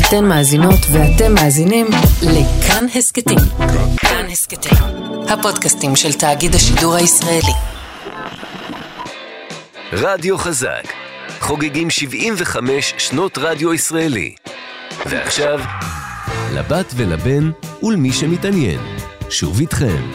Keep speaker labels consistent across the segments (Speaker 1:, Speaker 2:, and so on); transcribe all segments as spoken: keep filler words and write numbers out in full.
Speaker 1: אתן מאזינות ואתם מאזינים לכאן הסקטים. כאן הסקטים, הפודקאסטים של תאגיד השידור הישראלי.
Speaker 2: רדיו חזק, חוגגים שבעים וחמש שנות רדיו ישראלי. ועכשיו, לבת ולבן ולמי שמתעניין, שוב איתכם.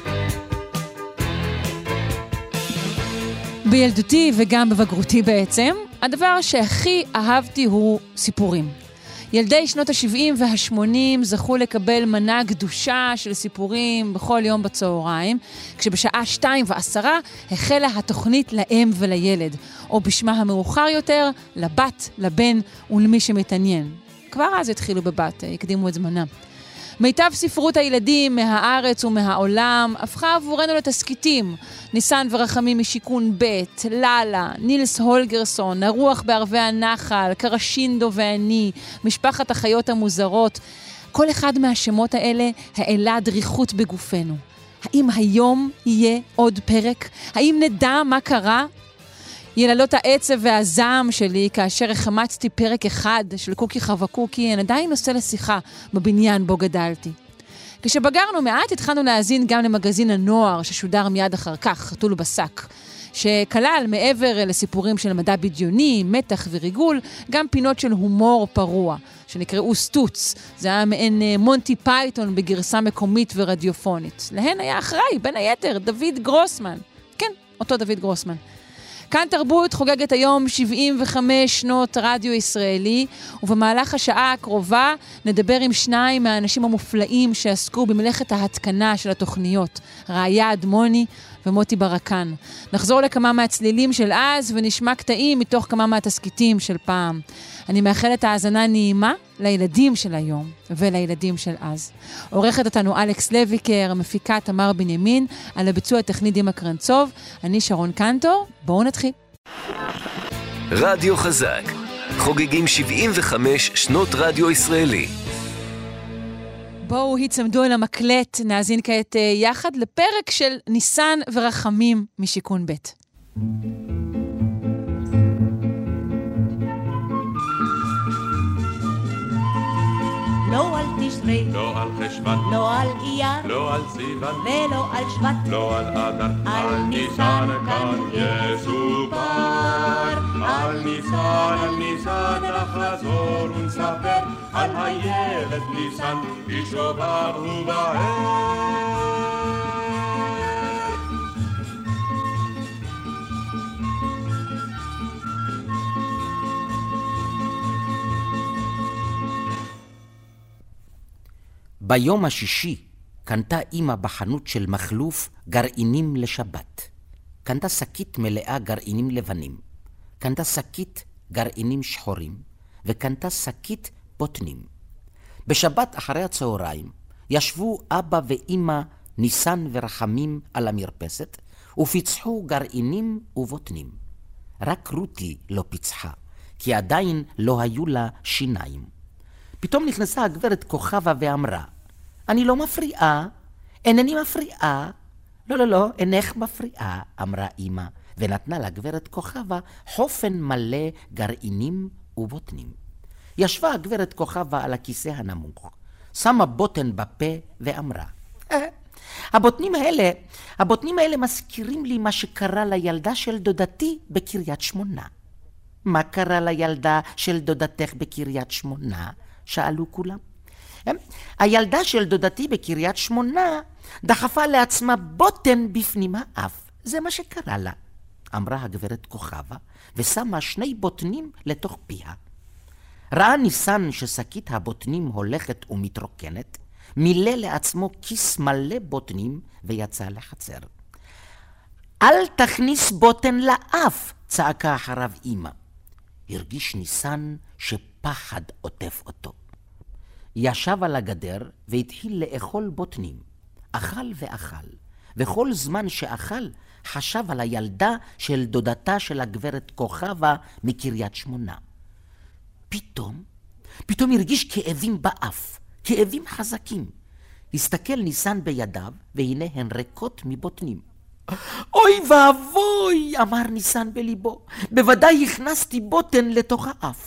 Speaker 3: בילדותי וגם בבגרותי בעצם, הדבר שהכי אהבתי הוא סיפורים. ילדי שנות ה-שבעים וה-שמונים זכו לקבל מנה גדושה של סיפורים בכל יום בצהריים, כשבשעה שתיים ועשרה החלה התוכנית לאם ולילד, או בשמה המאוחר יותר, לבת, לבן ולמי שמתעניין. כבר אז התחילו בבת, הקדימו את זמנה. מיטב ספרות הילדים מהארץ ומהעולם הפכה עבורנו לתסקיטים. ניסן ורחמים משיקון ב', ללה, נילס הולגרסון, הרוח בערבי הנחל, קרשינדו ואני, משפחת החיות המוזרות. כל אחד מהשמות האלה העלה דריכות בגופנו. האם היום יהיה עוד פרק? האם נדע מה קרה? יללות העצב והזעם שלי כאשר החמצתי פרק אחד של קוקי חווה קוקי, הן עדיין נושא לשיחה בבניין בו גדלתי. כשבגרנו מעט התחלנו להאזין גם למגזין הנוער ששודר מיד אחר כך, חתול בשק, שכלל מעבר לסיפורים של מדע בדיוני, מתח וריגול, גם פינות של הומור פרוע, שנקראו סטוץ. זה היה מעין מונטי פייתון בגרסה מקומית ורדיופונית. להן היה אחראי, בין היתר, דוד גרוסמן. כן, אותו דוד גרוסמן. כאן תרבות חוגגת היום שבעים וחמש שנות רדיו ישראלי, ובמהלך השעה הקרובה נדבר עם שניים מהאנשים המופלאים שעסקו במלאכת ההתקנה של התוכניות, ראיה אדמוני ומוטי ברקן. נחזור לכמה מהצלילים של אז ונשמע קטעים מתוך כמה מהתסקיטים של פעם. אני מאחלת האזנה נעימה לילדים של היום ולילדים של אז. עורכת אותנו אלכס לויקר, מפיקה תמר בנימין, על הביצוע הטכני דימה קרנצוב. אני שרון קנטור, בואו נתחיל.
Speaker 2: רדיו חזק, חוגגים שבעים וחמש שנות רדיו ישראלי.
Speaker 3: בואו הצמדו אל המקלט, נאזין כעת יחד לפרק של ניסן ורחמים משיקון ב'.
Speaker 4: לא על תשרי,
Speaker 5: לא על חשבן,
Speaker 4: לא על אייר,
Speaker 5: לא על סיוון,
Speaker 4: ולא על שבט,
Speaker 5: לא על אדר,
Speaker 4: על ניסן כאן יסופר.
Speaker 5: על ניסן, על ניסן נחזור ונספר על הילד ניסן, בשובב ובהר.
Speaker 6: ביום השישי קנתה אמא בחנות של מחלוף גרעינים לשבת. קנתה שקית מלאה גרעינים לבנים. קנתה שקית גרעינים שחורים. וקנתה שקית בוטנים. בשבת אחרי הצהריים ישבו אבא ואמא ניסן ורחמים על המרפסת ופיצחו גרעינים ובוטנים. רק רותי לא פיצחה, כי עדיין לא היו לה שיניים. פתאום נכנסה הגברת כוכבה ואמרה, אני לא מפריעה, אינני מפריעה. לא, לא, לא, אינך מפריעה, אמרה אמא, ונתנה לגברת כוכבה חופן מלא גרעינים ובוטנים. ישבה הגברת כוכבה על הכיסא הנמוך, שמה בוטן בפה ואמרה, אה, הבוטנים האלה, הבוטנים האלה מזכירים לי מה שקרה לילדה של דודתי בקריית שמונה. מה קרה לילדה של דודתך בקריית שמונה? שאלו כולם. הילדה של דודתי בקריית שמונה דחפה לעצמה בוטן בפנים האף. זה מה שקרה לה, אמרה הגברת כוכבה, ושמה שני בוטנים לתוך פיה. ראה ניסן ששקית הבוטנים הולכת ומתרוקנת, מילא לעצמו כיס מלא בוטנים ויצא לחצר. אל תכניס בוטן לאף, צעקה אחריו אמא. הרגיש ניסן שפחד עוטף אותו. ישב על הגדר והתחיל לאכול בוטנים. אכל ואכל, וכל זמן שאכל חשב על הילדה של דודתה של הגברת כוכבה מקריית שמונה. פתאום, פתאום הרגיש כאבים באף, כאבים חזקים. הסתכל ניסן בידיו, והנה הן ריקות מבוטנים. אוי ואבוי, אמר ניסן בליבו, בוודאי הכנסתי בוטן לתוך האף.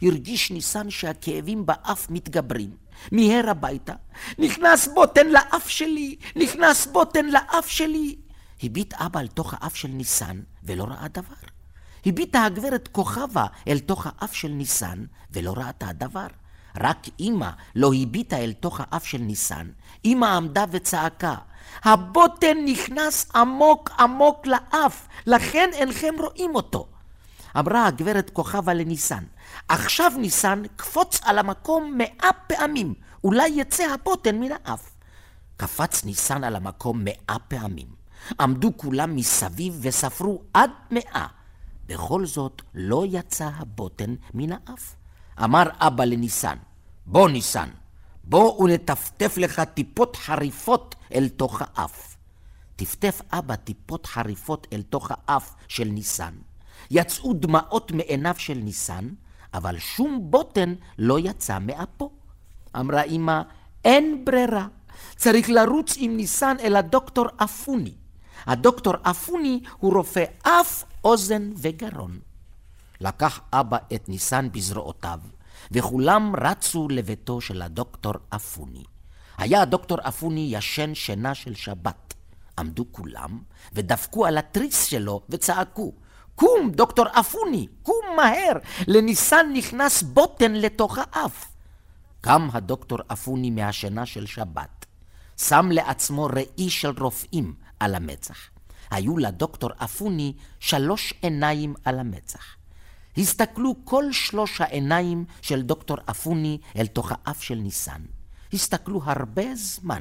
Speaker 6: הרגיש ניסן שהכאבים באף מתגברים. מיהר הביתה. נכנס בוטן לאף שלי! נכנס בוטן לאף שלי! הביט אבא אל תוך האף של ניסן ולא ראה דבר. הביטה הגברת כוכבה אל תוך האף של ניסן ולא ראתה דבר. רק אמא לא הביטה אל תוך האף של ניסן. אמא עמדה וצעקה, הבוטן נכנס עמוק עמוק לאף, לכן אינכם רואים אותו. אמרה הגברת כוכבה לניסן, עכשיו ניסן קפוץ על המקום מאה פעמים, אולי יצא הבוטן מן האף. קפץ ניסן על המקום מאה פעמים. עמדו כולם מסביב וספרו עד מאה. בכל זאת לא יצא הבוטן מן האף. אמר אבא לניסן, בוא ניסן, בוא ונטפטף לך טיפות חריפות אל תוך האף. טפטף אבא טיפות חריפות אל תוך האף של ניסן. יצאו דמעות מעיניו של ניסן, אבל שום בוטן לא יצא מאפו. אמרה אמא, אין ברירה, צריך לרוץ עם ניסן אל הדוקטור אפוני. הדוקטור אפוני הוא רופא אף, אוזן וגרון. לקח אבא את ניסן בזרועותיו, וכולם רצו לביתו של הדוקטור אפוני. היה הדוקטור אפוני ישן שינה של שבת. עמדו כולם ודפקו על התריס שלו וצעקו, קום דוקטור אפוני, קום מהר, לניסן נכנס בוטן לתוך האף. קם הדוקטור אפוני מהשינה של שבת, שם לעצמו ראי של רופאים על המצח. היו לדוקטור אפוני שלוש עיניים על המצח. הסתכלו כל שלוש העיניים של דוקטור אפוני אל תוך האף של ניסן. הסתכלו הרבה זמן.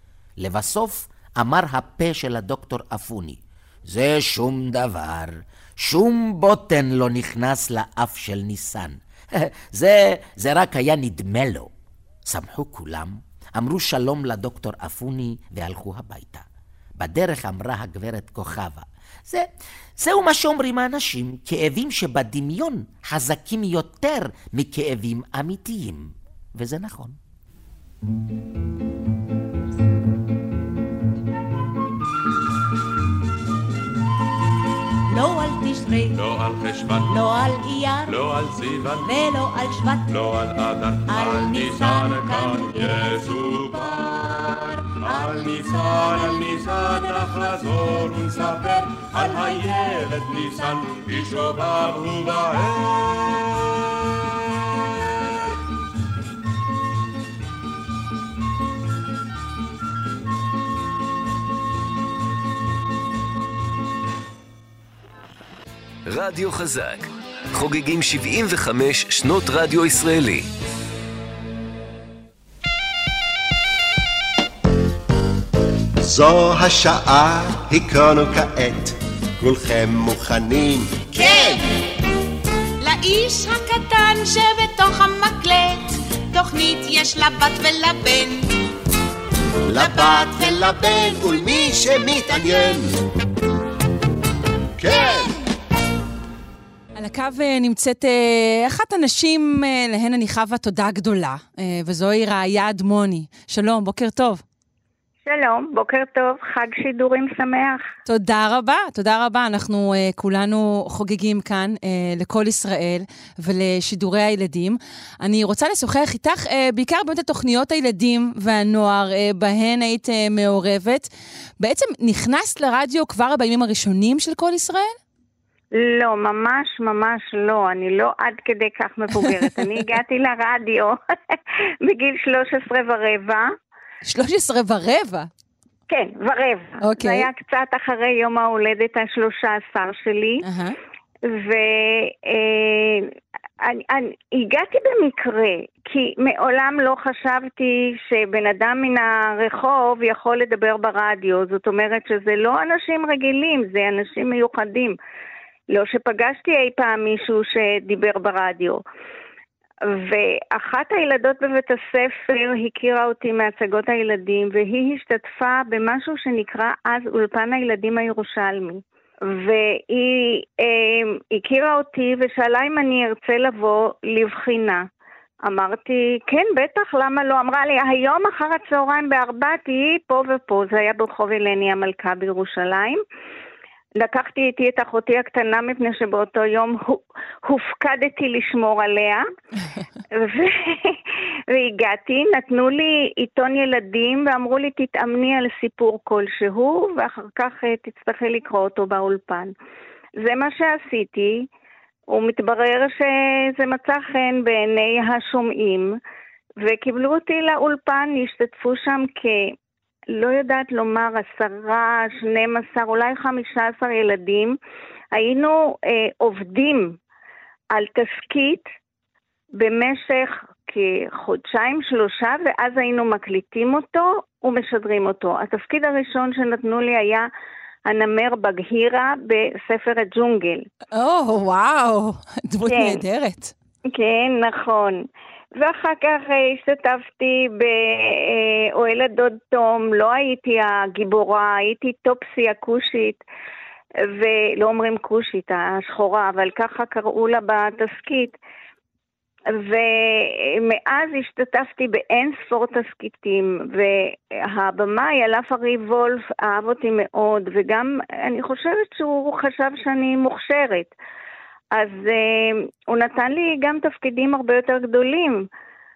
Speaker 6: לבסוף אמר הפה של הדוקטור אפוני, זה שום דבר, שום בוטן לא נכנס לאף של ניסן. זה, זה רק היה נדמה לו. שמחו כולם, אמרו שלום לדוקטור אפוני והלכו הביתה. בדרך אמרה הגברת כוכבה, זה, זהו מה שאומרים האנשים, כאבים שבדמיון חזקים יותר מכאבים אמיתיים. וזה נכון.
Speaker 4: לא על תשרי,
Speaker 5: לא על חשבן,
Speaker 4: לא על אייר,
Speaker 5: לא על סיוון,
Speaker 4: ולא על שבט,
Speaker 5: לא על אדר,
Speaker 4: על ניסן כאן
Speaker 5: יסופר. על ניסן, על ניסן נחזור ונספר, על הילד ניסן, בשובב ובער.
Speaker 2: רדיו חזק, חוגגים שבעים וחמש שנות רדיו ישראלי.
Speaker 7: זו השעה, הכרנו כעת, כולכם מוכנים?
Speaker 8: כן! לאיש הקטן שבתוך המקלט, תוכנית יש לבת ולבן.
Speaker 7: לבת ולבן ולמי שמתעניין. כן!
Speaker 3: על הקו נמצאת אחת הנשים להן אני חווה תודה גדולה, וזוהי רעיה אדמוני. שלום, בוקר טוב.
Speaker 9: שלום, בוקר טוב, חג שידורים שמח.
Speaker 3: תודה רבה, תודה רבה. אנחנו uh, כולנו חוגגים כאן uh, לכל ישראל ולשידורי הילדים. אני רוצה לשוחח איתך uh, בעיקר באמת התוכניות הילדים והנוער, uh, בהן היית uh, מעורבת. בעצם נכנסת לרדיו כבר בימים הראשונים של כל ישראל?
Speaker 9: לא, ממש ממש לא, אני לא עד כדי כך מבוגרת. אני הגעתי לרדיו בגיל שלוש עשרה ורבע.
Speaker 3: שלוש עשרה ורבע?
Speaker 9: כן, ורבע.
Speaker 3: אוקיי.
Speaker 9: זה היה קצת אחרי יום ההולדת השלושה עשר שלי.
Speaker 3: אהה.
Speaker 9: והגעתי במקרה, כי מעולם לא חשבתי שבן אדם מן הרחוב יכול לדבר ברדיו. זאת אומרת שזה לא אנשים רגילים, זה אנשים מיוחדים. לא שפגשתי אי פעם מישהו שדיבר ברדיו. ואחת הילדות בבית הספר הכירה אותי מהצגות הילדים, והיא השתתפה במשהו שנקרא אז אולפן הילדים הירושלמי. והיא אה, הכירה אותי ושאלה אם אני ארצה לבוא לבחינה. אמרתי, כן, בטח, למה לא? אמרה לי, היום אחר הצהריים בארבע תהיי פה ופה. זה היה ברחוב אלני המלכה בירושלים. לקחתי איתי את אחותי הקטנה מפני שבאותו יום הופקדתי לשמור עליה. ו- והגעתי, נתנו לי עיתון ילדים ואמרו לי תתאמני על סיפור כלשהו ואחר כך תצטרכי לקרוא אותו באולפן. זה מה שעשיתי, ומתברר שזה מצא חן בעיני השומעים, וקיבלו אותי לאולפן, השתתפו שם כ... לא יודעת לומר, עשרה, שנים עשר, אולי חמישה עשר ילדים. היינו אה, עובדים על תסקית במשך כחודשיים, שלושה, ואז היינו מקליטים אותו ומשדרים אותו. התפקיד הראשון שנתנו לי היה הנמר בגהירה בספר הג'ונגל.
Speaker 3: או, וואו, דמות
Speaker 9: כן.
Speaker 3: נהדרת.
Speaker 9: כן, נכון. ואחר כך השתתפתי באוהל הדוד תום, לא הייתי הגיבורה, הייתי טופסי הקושית, ולא אומרים קושית, השחורה, אבל ככה קראו לה בתסקית. ומאז השתתפתי באין ספור תסקיטים, והבמאי, אלף ארי וולף, אהב אותי מאוד, וגם אני חושבת שהוא חשב שאני מוכשרת. אז uh, הוא נתן לי גם תפקידים הרבה יותר גדולים.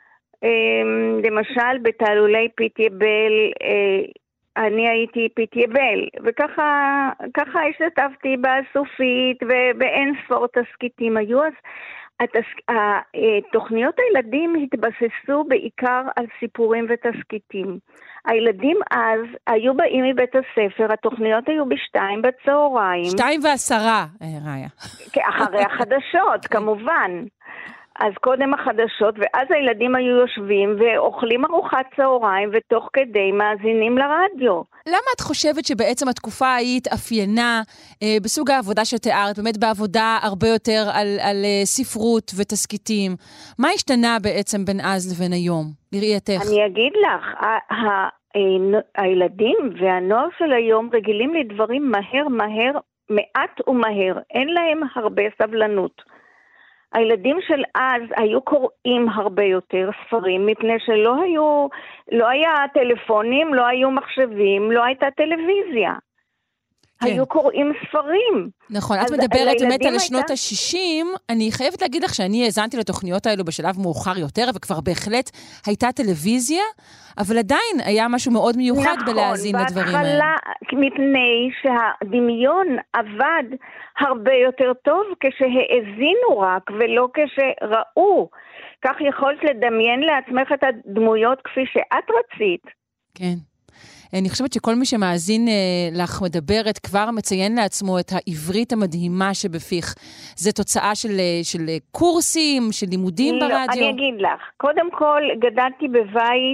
Speaker 9: Uh, למשל, בתעלולי פיטייבל, uh, אני הייתי פיטייבל, וככה ככה השתתפתי בסופית ובאין ספור תסקיטים. היו אז, התס... תוכניות הילדים התבססו בעיקר על סיפורים ותסקיטים. הילדים אז היו באים מבית הספר, התוכניות היו בשתיים בצהריים.
Speaker 3: שתיים ועשרה, ראיה.
Speaker 9: אחרי החדשות, כמובן. אז קודם החדשות, ואז הילדים היו יושבים ואוכלים ארוחת צהריים, ותוך כדי מאזינים לרדיו.
Speaker 3: למה את חושבת שבעצם התקופה ההיא התאפיינה אה, בסוג העבודה שתיארת, באמת בעבודה הרבה יותר על, על אה, ספרות ותסקיטים? מה השתנה בעצם בין אז לבין היום, בראייתך?
Speaker 9: אני אגיד לך, ה- ה- ה- הילדים והנוער של היום רגילים לדברים מהר מהר, מעט ומהר. אין להם הרבה סבלנות. הילדים של אז היו קוראים הרבה יותר ספרים, מפני שלא היו, לא היה טלפונים, לא היו מחשבים, לא הייתה טלוויזיה. כן. היו קוראים ספרים.
Speaker 3: נכון, את מדברת באמת על שנות ה-שישים, אני חייבת להגיד לך שאני האזנתי לתוכניות האלו בשלב מאוחר יותר, וכבר בהחלט הייתה טלוויזיה, אבל עדיין היה משהו מאוד מיוחד נכון, בלהאזין לדברים האלה. נכון,
Speaker 9: בהתחלה, מפני שהדמיון עבד הרבה יותר טוב כשהאזינו רק, ולא כשראו. כך יכולת לדמיין לעצמך את הדמויות כפי שאת רצית.
Speaker 3: כן. אני חושבת שכל מי שמאזין לך מדברת כבר מציין לעצמו את העברית המדהימה שבפיך. זה תוצאה של, של קורסים, של לימודים
Speaker 9: לא,
Speaker 3: ברדיו?
Speaker 9: אני אגיד לך. קודם כל, גדלתי בבית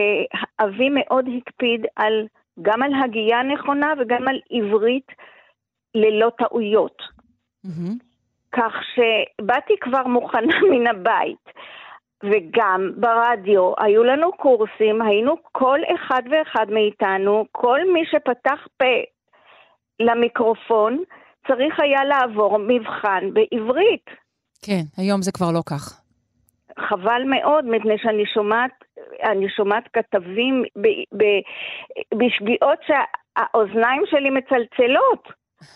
Speaker 9: שאבי מאוד הקפיד על, גם על הגייה נכונה וגם על עברית ללא טעויות. Mm-hmm. כך שבאתי כבר מוכנה מן הבית. וגם ברדיו היו לנו קורסים, היינו כל אחד ואחד מאיתנו, כל מי שפתח פה למיקרופון צריך היה לעבור מבחן בעברית.
Speaker 3: כן, היום זה כבר לא כך.
Speaker 9: חבל מאוד, מפני שאני שומעת, אני שומעת כתבים ב, ב, בשגיאות שהאוזניים שלי מצלצלות.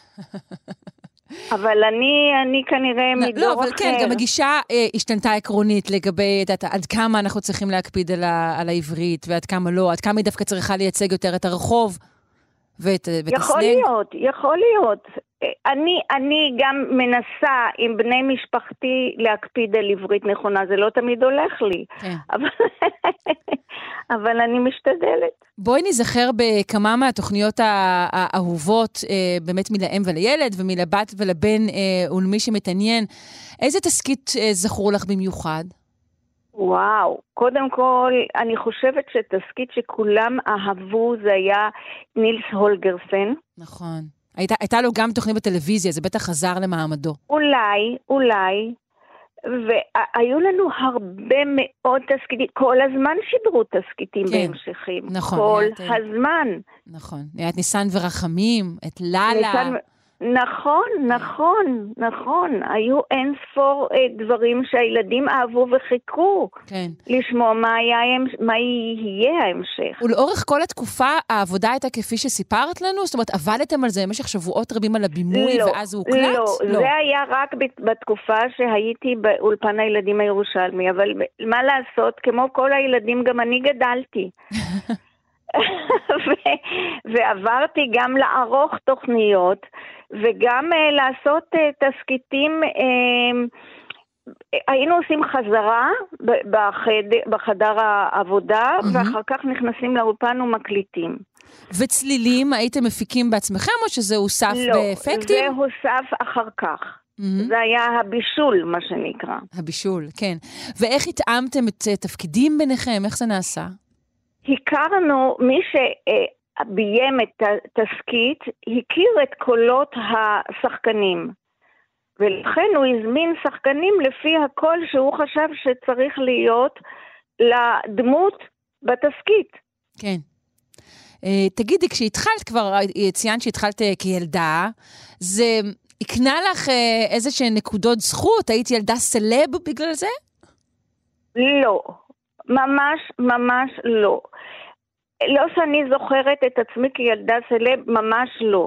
Speaker 9: אבל אני, אני כנראה מדור אחר.
Speaker 3: לא, אבל כן, גם הגישה אה, השתנתה עקרונית לגבי דעת, עד כמה אנחנו צריכים להקפיד על, ה, על העברית, ועד כמה לא, עד כמה היא דווקא צריכה לייצג יותר את הרחוב ואת, ואת
Speaker 9: יכול
Speaker 3: הסלנג. יכול
Speaker 9: להיות, יכול להיות. אני, אני גם מנסה עם בני משפחתי להקפיד על עברית נכונה, זה לא תמיד הולך לי. כן. אבל, אבל אני משתדלת.
Speaker 3: בואי נזכר בכמה מהתוכניות האהובות, באמת מלאם ולילד, ומלבת ולבן ולמי שמתעניין. איזה תסקית זכור לך במיוחד?
Speaker 9: וואו, קודם כל, אני חושבת שתסקית שכולם אהבו זה היה נילס הולגרסן.
Speaker 3: נכון. הייתה, הייתה לו גם תוכנית בטלוויזיה, זה בטח חזר למעמדו.
Speaker 9: אולי, אולי. והיו לנו הרבה מאוד תסקיטים, כל הזמן שידרו תסקיטים כן, בהמשכים.
Speaker 3: נכון.
Speaker 9: כל
Speaker 3: את,
Speaker 9: הזמן.
Speaker 3: נכון. היה את ניסן ורחמים, את ללה.
Speaker 9: ניסן, נכון, נכון, נכון. היו אין ספור אה, דברים שהילדים אהבו וחיכו.
Speaker 3: כן.
Speaker 9: לשמוע מה, היה, מה יהיה ההמשך.
Speaker 3: ולאורך כל התקופה העבודה הייתה כפי שסיפרת לנו? זאת אומרת, עבדתם על זה במשך שבועות רבים על הבימוי
Speaker 9: לא,
Speaker 3: ואז הוא הוקלט?
Speaker 9: לא, לא, זה היה רק בתקופה שהייתי באולפן הילדים הירושלמי, אבל מה לעשות, כמו כל הילדים גם אני גדלתי. ו- ועברתי גם לערוך תוכניות, וגם uh, לעשות uh, תסקיטים, uh, היינו עושים חזרה בחד, בחדר העבודה, mm-hmm. ואחר כך נכנסים לאולפן ומקליטים.
Speaker 3: וצלילים הייתם מפיקים בעצמכם, או שזה הוסף
Speaker 9: לא,
Speaker 3: באפקטים?
Speaker 9: לא, זה הוסף אחר כך. Mm-hmm. זה היה הבישול, מה שנקרא.
Speaker 3: הבישול, כן. ואיך התאמתם את uh, תפקידים ביניכם? איך זה נעשה?
Speaker 9: הכרנו, מי שביים את התסקית, הכיר את קולות השחקנים. ולכן הוא הזמין שחקנים לפי הכל שהוא חשב שצריך להיות לדמות בתסקית.
Speaker 3: כן. Uh, תגידי, כשהתחלת כבר, ציינת שהתחלת uh, כילדה, זה הקנה לך uh, איזה שהן נקודות זכות? היית ילדה סלב בגלל זה?
Speaker 9: לא. ממש, ממש לא. לא שאני זוכרת את עצמי כילדה סלב, ממש לא.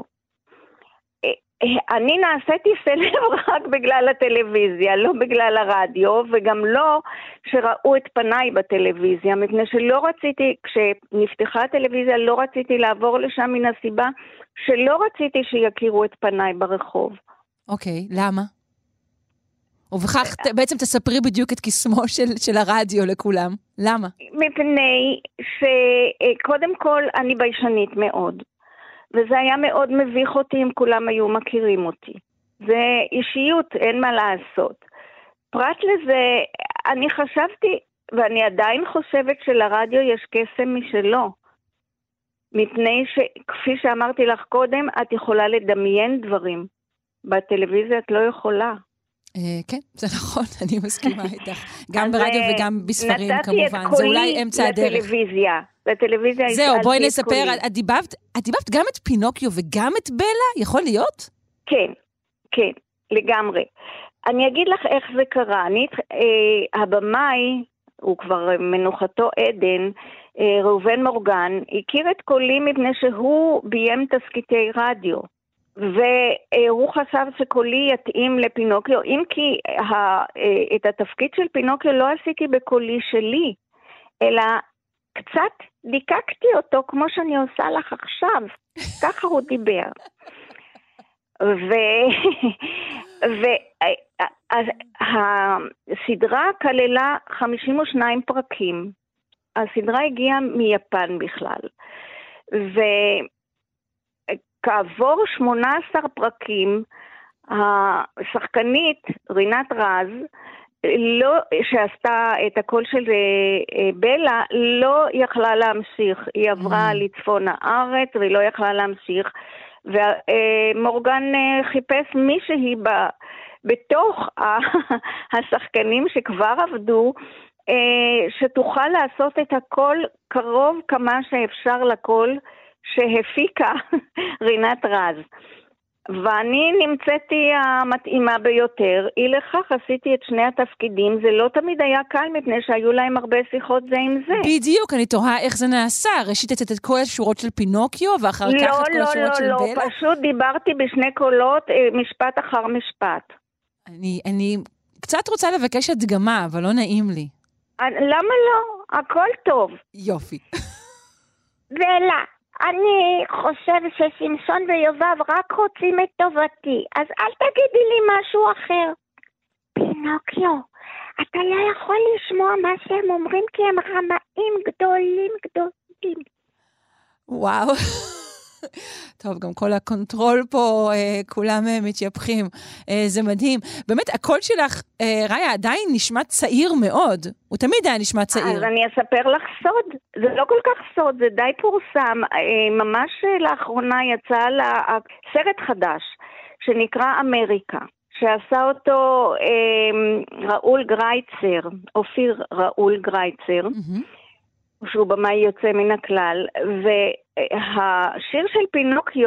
Speaker 9: אני נעשיתי סלב רק בגלל הטלוויזיה, לא בגלל הרדיו, וגם לא שראו את פניי בטלוויזיה, מפני שלא רציתי, כשנפתחה הטלוויזיה, לא רציתי לעבור לשם מן הסיבה שלא רציתי שיכירו את פניי ברחוב.
Speaker 3: אוקיי, למה? ובכך בעצם תספרי בדיוק את קסמו של, של הרדיו לכולם. למה?
Speaker 9: מפני שקודם כל אני ביישנית מאוד. וזה היה מאוד מביך אותי אם כולם היו מכירים אותי. זה אישיות, אין מה לעשות. פרט לזה, אני חשבתי, ואני עדיין חושבת שלרדיו יש קסם משלו. מפני שכפי שאמרתי לך קודם, את יכולה לדמיין דברים. בטלוויזיה את לא יכולה.
Speaker 3: כן, זה נכון, אני מסכימה איתך. גם ברדיו וגם בספרים כמובן. זה אולי אמצע הדרך.
Speaker 9: נתתי את קולי לטלוויזיה. לטלוויזיה
Speaker 3: זהו, בואי נספר. את דיבבת גם את פינוקיו וגם את בלה? יכול להיות?
Speaker 9: כן, כן, לגמרי. אני אגיד לך איך זה קרה. הבמאי, הוא כבר מנוחתו עדן, ראובן מורגן, הכיר את קולי מפני שהוא ביים תסקיטי רדיו. והוא חשב שקולי יתאים לפינוקיו, אם כי את התפקיד של פינוקיו לא עשיתי בקולי שלי, אלא קצת דיקקתי אותו כמו שאני עושה לך עכשיו. ככה הוא דיבר. והסדרה כללה חמישים ושניים פרקים. הסדרה הגיעה מיפן בכלל. ו... כעבור שמונה עשר פרקים, השחקנית רינת רז, לא, שעשתה את הקול של בלה, לא יכלה להמשיך. היא עברה mm. לצפון הארץ, והיא לא יכלה להמשיך. ומורגן חיפש מישהי ב, בתוך השחקנים שכבר עבדו, שתוכל לעשות את הקול קרוב כמה שאפשר לקול, שהפיקה רינת רז. ואני נמצאתי המתאימה ביותר. אי לכך עשיתי את שני התפקידים. זה לא תמיד היה קל מפני שהיו להם הרבה שיחות זה עם זה.
Speaker 3: בדיוק, אני תוהה איך זה נעשה. ראשית את כל השורות של פינוקיו ואחר
Speaker 9: לא,
Speaker 3: כך את כל
Speaker 9: לא,
Speaker 3: השורות
Speaker 9: לא,
Speaker 3: של
Speaker 9: לא,
Speaker 3: בלה?
Speaker 9: לא, פשוט דיברתי בשני קולות, משפט אחר משפט.
Speaker 3: אני, אני קצת רוצה לבקש הדגמה, אבל לא נעים לי.
Speaker 9: למה לא? הכל טוב.
Speaker 3: יופי.
Speaker 10: בלה. אני חושב שסימסון ויובב רק רוצים את טובתי, אז אל תגידי לי משהו אחר. פינוקיו, אתה לא יכול לשמוע מה שהם אומרים כי הם רמאים גדולים גדולים.
Speaker 3: וואו. טוב, גם כל הקונטרול פה, אה, כולם אה, מתייפחים. אה, זה מדהים. באמת, הקול שלך, אה, ראיה, עדיין נשמע צעיר מאוד. הוא תמיד היה נשמע צעיר.
Speaker 9: אז אני אספר לך סוד. זה לא כל כך סוד, זה די פורסם. אה, ממש לאחרונה יצא לה סרט חדש, שנקרא אמריקה, שעשה אותו אה, ראול גרייצר, אופיר ראול גרייצר, mm-hmm. שהוא במאי יוצא מן הכלל, והשיר של פינוקיו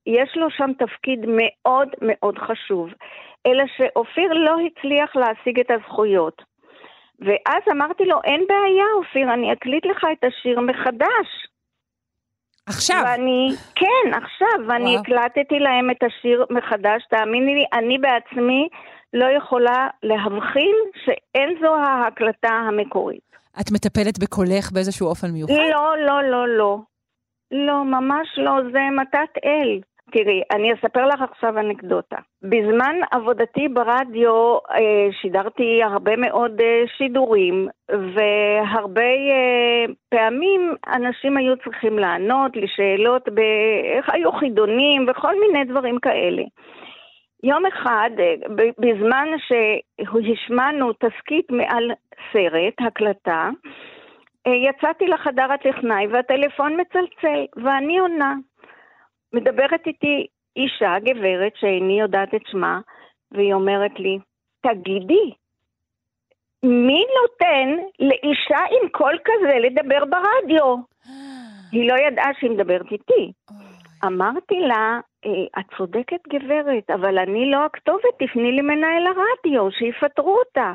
Speaker 9: יש לו שם תפקיד מאוד מאוד חשוב, אלא שאופיר לא הצליח להשיג את הזכויות. ואז אמרתי לו, אין בעיה אופיר, אני אקליט לך את השיר מחדש.
Speaker 3: עכשיו?
Speaker 9: ואני, כן, עכשיו, ואני הקלטתי להם את השיר מחדש, תאמיני לי, אני בעצמי לא יכולה להבחין שאין זו ההקלטה המקורית.
Speaker 3: את מטפלת בקולך באיזשהו אופן מיוחד?
Speaker 9: לא, לא, לא, לא. לא, ממש לא, זה מתת אל. תראי, אני אספר לך עכשיו אנקדוטה. בזמן עבודתי ברדיו שידרתי הרבה מאוד שידורים, והרבה פעמים אנשים היו צריכים לענות לשאלות, היו חידונים וכל מיני דברים כאלה. יום אחד, בזמן שהשמענו תסקית מעל סרט, הקלטה, יצאתי לחדר הטכנאי והטלפון מצלצל, ואני עונה. מדברת איתי אישה, גברת, שאיני יודעת את שמה, והיא אומרת לי, תגידי, מי נותן לאישה עם קול כזה לדבר ברדיו? היא לא ידעה שהיא מדברת איתי. אמרתי לה, את צודקת גברת, אבל אני לא הכתובת, תפני לי מנהל הרדיו, שיפטרו אותה.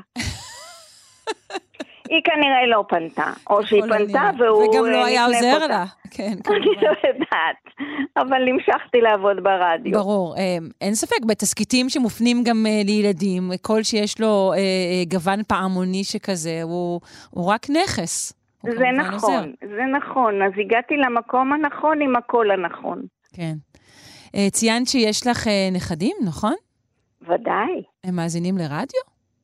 Speaker 9: היא כנראה לא פנתה, או שהיא פנתה והוא
Speaker 3: וגם לא היה עוזר לה.
Speaker 9: אני לא יודעת, אבל המשכתי לעבוד ברדיו.
Speaker 3: ברור, אין ספק, בתסקיטים שמופנים גם לילדים, כל שיש לו גוון פעמוני שכזה, הוא רק נכס.
Speaker 9: זה נכון, זה נכון, אז הגעתי למקום הנכון עם הקול הנכון.
Speaker 3: כן. ציינת שיש לך נכדים, נכון?
Speaker 9: ודאי.
Speaker 3: הם מאזינים לרדיו?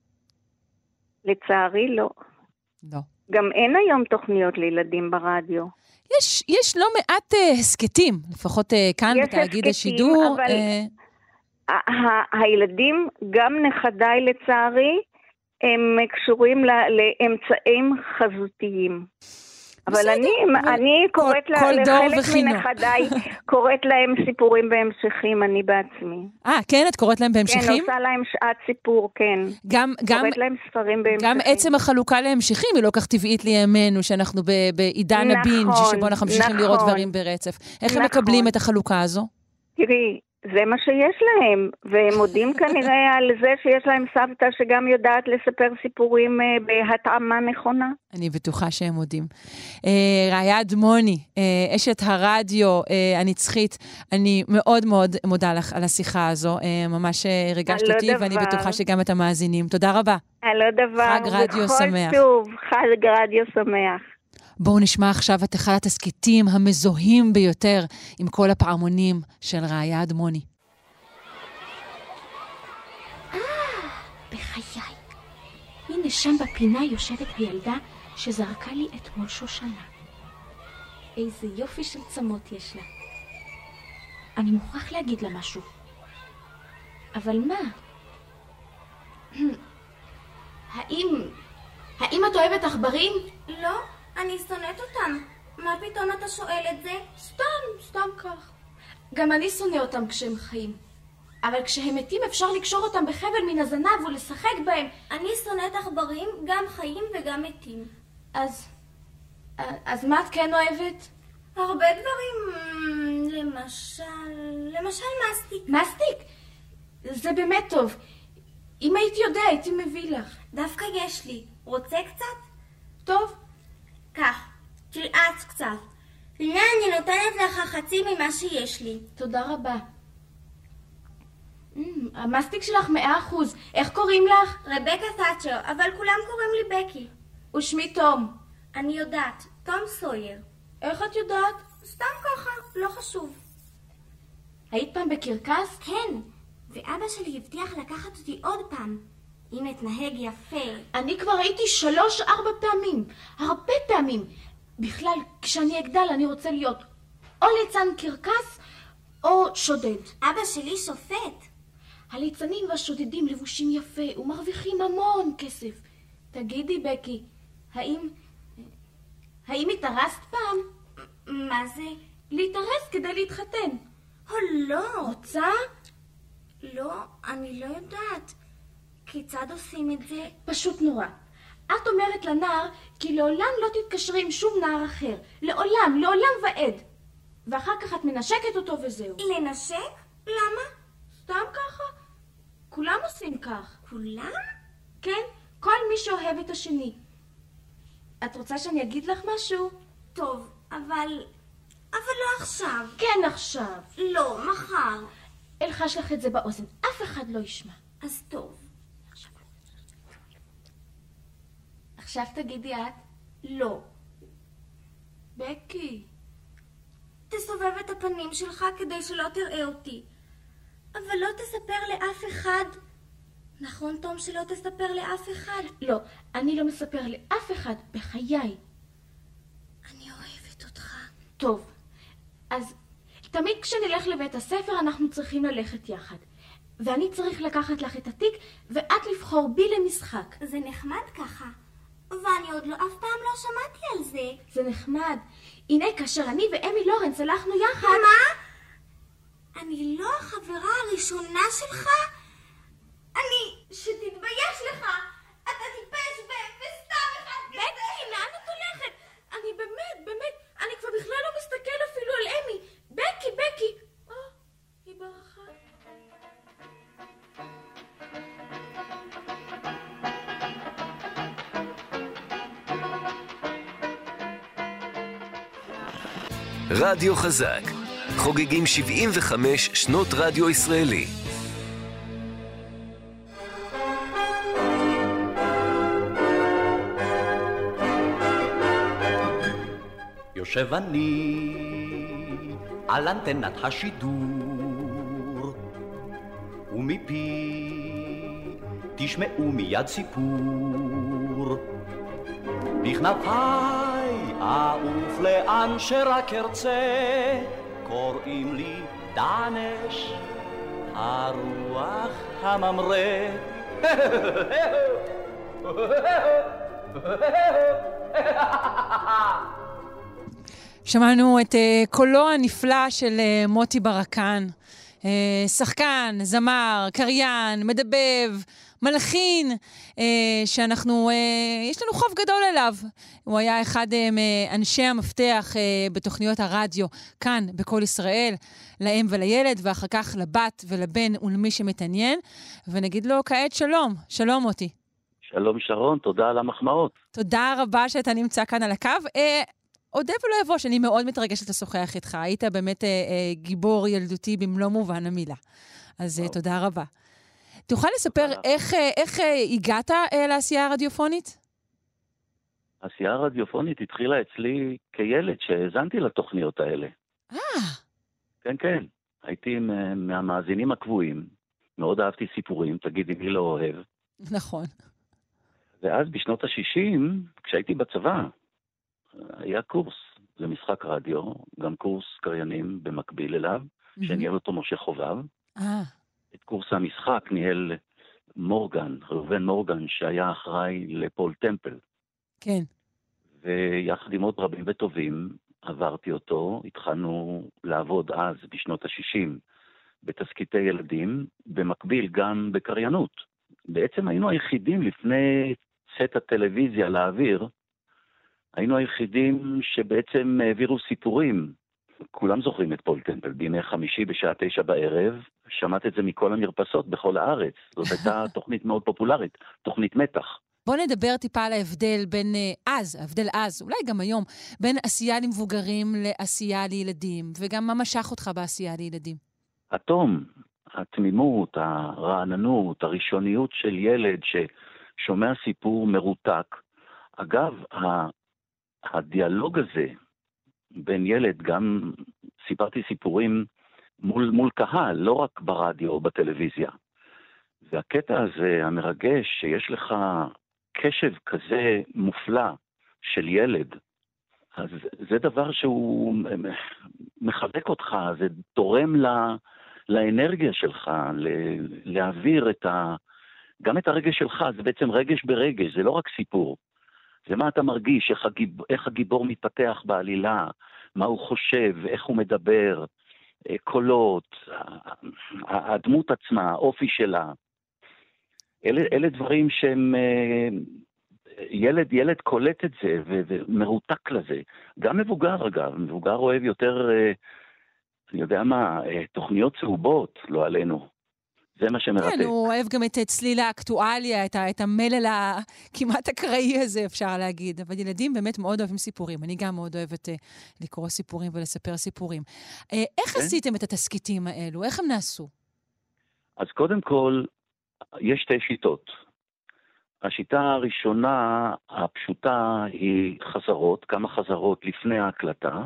Speaker 9: לצערי לא.
Speaker 3: לא.
Speaker 9: גם אין היום תוכניות לילדים ברדיו.
Speaker 3: יש, יש לא מעט uh, הסקטים, לפחות uh, כאן בתאגיד השידור.
Speaker 9: אבל uh... ה- הילדים, גם נכדיי לצערי, הם קשורים ל- לאמצעים חזותיים. אבל אני, אני קוראת לחלק מנכדיי, קוראת להם סיפורים בהמשכים, אני בעצמי.
Speaker 3: אה, כן? את קוראת להם בהמשכים?
Speaker 9: כן, עושה להם שעת סיפור, כן.
Speaker 3: גם, גם,
Speaker 9: קוראת להם ספרים בהמשכים.
Speaker 3: גם עצם החלוקה להמשכים היא לא כך טבעית לימינו, שאנחנו בעידן הבינג' שבו אנחנו ממשיכים לראות דברים ברצף. איך הם מקבלים את החלוקה הזו?
Speaker 9: תראי, זה מה שיש להם, והם מודים כנראה על זה שיש להם סבתא שגם יודעת לספר סיפורים בהתאמה נכונה.
Speaker 3: אני בטוחה שהם מודים. ראיה אדמוני, אשת הרדיו הנצחית, אני מאוד מאוד מודה לך על השיחה הזו, ממש ריגשת אותי, ואני בטוחה שגם את המאזינים. תודה רבה.
Speaker 9: לא דבר,
Speaker 3: חג רדיו שמח.
Speaker 9: בכל שוב, חג רדיו שמח.
Speaker 3: בואו נשמע עכשיו את אחד התסקיטים המזוהים ביותר עם כל הפעמונים של ראיה אדמוני.
Speaker 11: אה, בחיי. הנה שם בפינה יושבת הילדה שזרקה לי אתמול שושנה. איזה יופי של צמות יש לה. אני מוכרח להגיד לה משהו. אבל מה? האם... האם את אוהבת עכברים?
Speaker 12: לא. אני שונאת אותם. מה פתאום אתה שואל את זה?
Speaker 11: סתם, סתם כך. גם אני שונא אותם כשהם חיים. אבל כשהם מתים אפשר לקשור אותם בחבל מן הזנב ולשחק בהם.
Speaker 12: אני שונאת עכברים, גם חיים וגם מתים.
Speaker 11: אז... אז מה את כן אוהבת?
Speaker 12: הרבה דברים. למשל... למשל מסטיק.
Speaker 11: מסטיק? זה באמת טוב. אם הייתי יודע, הייתי מביא לך.
Speaker 12: דווקא יש לי. רוצה קצת?
Speaker 11: טוב.
Speaker 12: כך, תלעץ קצת. הנה אני נותנת לך חצי ממה שיש לי.
Speaker 11: תודה רבה. Mm, המסטיק שלך מאה אחוז. איך קוראים לך?
Speaker 12: רבקה תאצ'ר, אבל כולם קוראים לי בקי.
Speaker 11: ושמי תום.
Speaker 12: אני יודעת, תום סויר.
Speaker 11: איך את יודעת?
Speaker 12: סתם ככה, לא חשוב.
Speaker 11: היית פעם בקרקס?
Speaker 12: כן, ואבא שלי הבטיח לקחת אותי עוד פעם. אם אתנהג יפה.
Speaker 11: אני כבר הייתי שלוש, ארבע פעמים. הרבה פעמים. בכלל, כשאני אגדל אני רוצה להיות או ליצן קרקס או שודד.
Speaker 12: אבא שלי שופט.
Speaker 11: הליצנים והשודדים לבושים יפה ומרוויחים המון כסף. תגידי בקי, האם... האם התארסת פעם?
Speaker 12: מה זה?
Speaker 11: להתארס כדי להתחתן.
Speaker 12: או לא.
Speaker 11: רוצה?
Speaker 12: לא, אני לא יודעת. כיצד עושים את זה?
Speaker 11: פשוט נורא. את אומרת לנער כי לעולם לא תתקשרי עם שום נער אחר. לעולם, לעולם ועד. ואחר כך את מנשקת אותו וזהו.
Speaker 12: לנשק? למה?
Speaker 11: סתם ככה. כולם עושים כך.
Speaker 12: כולם?
Speaker 11: כן, כל מי שאוהב את השני. את רוצה שאני אגיד לך משהו?
Speaker 12: טוב, אבל... אבל לא עכשיו.
Speaker 11: כן, עכשיו.
Speaker 12: לא, מחר.
Speaker 11: אלחש לך את זה באוזן, אף אחד לא ישמע.
Speaker 12: אז טוב.
Speaker 11: עכשיו תגידי את.
Speaker 12: לא.
Speaker 11: בקי.
Speaker 12: תסובב את הפנים שלך כדי שלא תראה אותי. אבל לא תספר לאף אחד. נכון, תום, שלא תספר לאף אחד?
Speaker 11: לא, אני לא מספר לאף אחד בחיי.
Speaker 12: אני אוהבת אותך.
Speaker 11: טוב, אז תמיד כשנלך לבית הספר אנחנו צריכים ללכת יחד. ואני צריך לקחת לך את התיק ואת לבחור בי למשחק.
Speaker 12: זה נחמד ככה. ואני עוד לא, אף פעם לא שמעתי על זה.
Speaker 11: זה נחמד. הנה, כאשר אני ואמי לורנס הלכנו יחד...
Speaker 12: מה? אני לא החברה הראשונה שלך? אני... שתתבייש לך! אתה טיפש וסתם אחד כזה!
Speaker 11: בקי, לאן את הולכת? אני באמת, באמת, אני כבר בכלל לא מסתכל אפילו על אמי. בקי, בקי! אה, היא ברחה.
Speaker 2: רדיו חזק, חוגגים שבעים וחמש שנות רדיו ישראלי.
Speaker 13: יושב אני על אנטנת השידור, ומפי תשמעו מיד סיפור. בכנפיי אעוף לאן שרק ארצה, קוראים לי דנש, הרוח הממרא.
Speaker 3: שמענו את uh, קולו הנפלא של uh, מוטי ברקן, uh, שחקן, זמר, קריין, מדבב, מלחין, uh, שאנחנו, uh, יש לנו חוב גדול אליו. הוא היה אחד uh, מאנשי המפתח uh, בתוכניות הרדיו, כאן בכל ישראל, לאם ולילד, ואחר כך לבת ולבן ולמי שמתעניין. ונגיד לו כעת שלום, שלום מוטי.
Speaker 14: שלום שרון, תודה על המחמאות.
Speaker 3: תודה רבה שאתה נמצא כאן על הקו. Uh, עודה ולא יבוא, שאני מאוד מתרגשת לשוחח איתך. היית באמת אה, אה, גיבור ילדותי במלוא מובן המילה. אז אה, תודה רבה. תוכל לספר איך, אה, איך אה, הגעת אה, לעשייה הרדיופונית?
Speaker 14: העשייה הרדיופונית התחילה אצלי כילד שהאזנתי לתוכניות האלה.
Speaker 3: אה.
Speaker 14: כן, כן. הייתי מהמאזינים הקבועים. מאוד אהבתי סיפורים, תגידי מי לא אוהב.
Speaker 3: נכון.
Speaker 14: ואז בשנות ה-שישים, כשהייתי בצבא, היה קורס למשחק רדיו, גם קורס קריינים במקביל אליו, mm-hmm. שניהל אותו משה חובב.
Speaker 3: אה.
Speaker 14: את קורס המשחק ניהל מורגן, ראובן מורגן, שהיה אחראי לפול טמפל.
Speaker 3: כן.
Speaker 14: ויחד עם עוד רבים וטובים עברתי אותו, התחלנו לעבוד אז בשנות ה-שישים בתסקיטי ילדים, במקביל גם בקריינות. בעצם היינו היחידים לפני סט הטלוויזיה לאוויר, היינו היחידים שבעצם העבירו סיפורים. כולם זוכרים את פול טמפל, בימי חמישי בשעה תשע בערב, שמעת את זה מכל המרפסות בכל הארץ. זאת הייתה תוכנית מאוד פופולרית, תוכנית מתח.
Speaker 3: בוא נדבר טיפה על ההבדל בין אז, ההבדל אז, אולי גם היום, בין עשייה למבוגרים לעשייה לילדים, וגם מה משך אותך בעשייה לילדים.
Speaker 14: התום, התמימות, הרעננות, הראשוניות של ילד ששומע סיפור מרותק. אגב, הדיאלוג הזה בין ילד, גם סיפרתי סיפורים מול, מול קהל, לא רק ברדיו או בטלוויזיה. והקטע הזה המרגש שיש לך קשב כזה מופלא של ילד, אז זה דבר שהוא מחזק אותך, זה תורם לה, לאנרגיה שלך, להעביר את ה, גם את הרגש שלך, זה בעצם רגש ברגש, זה לא רק סיפור. זה מה אתה מרגיש, איך, הגיב, איך הגיבור מתפתח בעלילה, מה הוא חושב, איך הוא מדבר, קולות, הדמות עצמה, האופי שלה. אלה, אלה דברים שהם ילד, ילד קולט את זה ומרותק לזה. גם מבוגר אגב, מבוגר אוהב יותר, אני יודע מה, תוכניות צהובות, לא עלינו. זה מה שמרתק.
Speaker 3: כן, הוא אוהב גם את צליל האקטואליה, את, את המלל הכמעט אקראי הזה, אפשר להגיד. אבל ילדים באמת מאוד אוהבים סיפורים. אני גם מאוד אוהבת לקרוא סיפורים ולספר סיפורים. איך כן? עשיתם את התסקיטים האלו? איך הם נעשו?
Speaker 14: אז קודם כל, יש שתי שיטות. השיטה הראשונה, הפשוטה, היא חזרות, כמה חזרות לפני ההקלטה,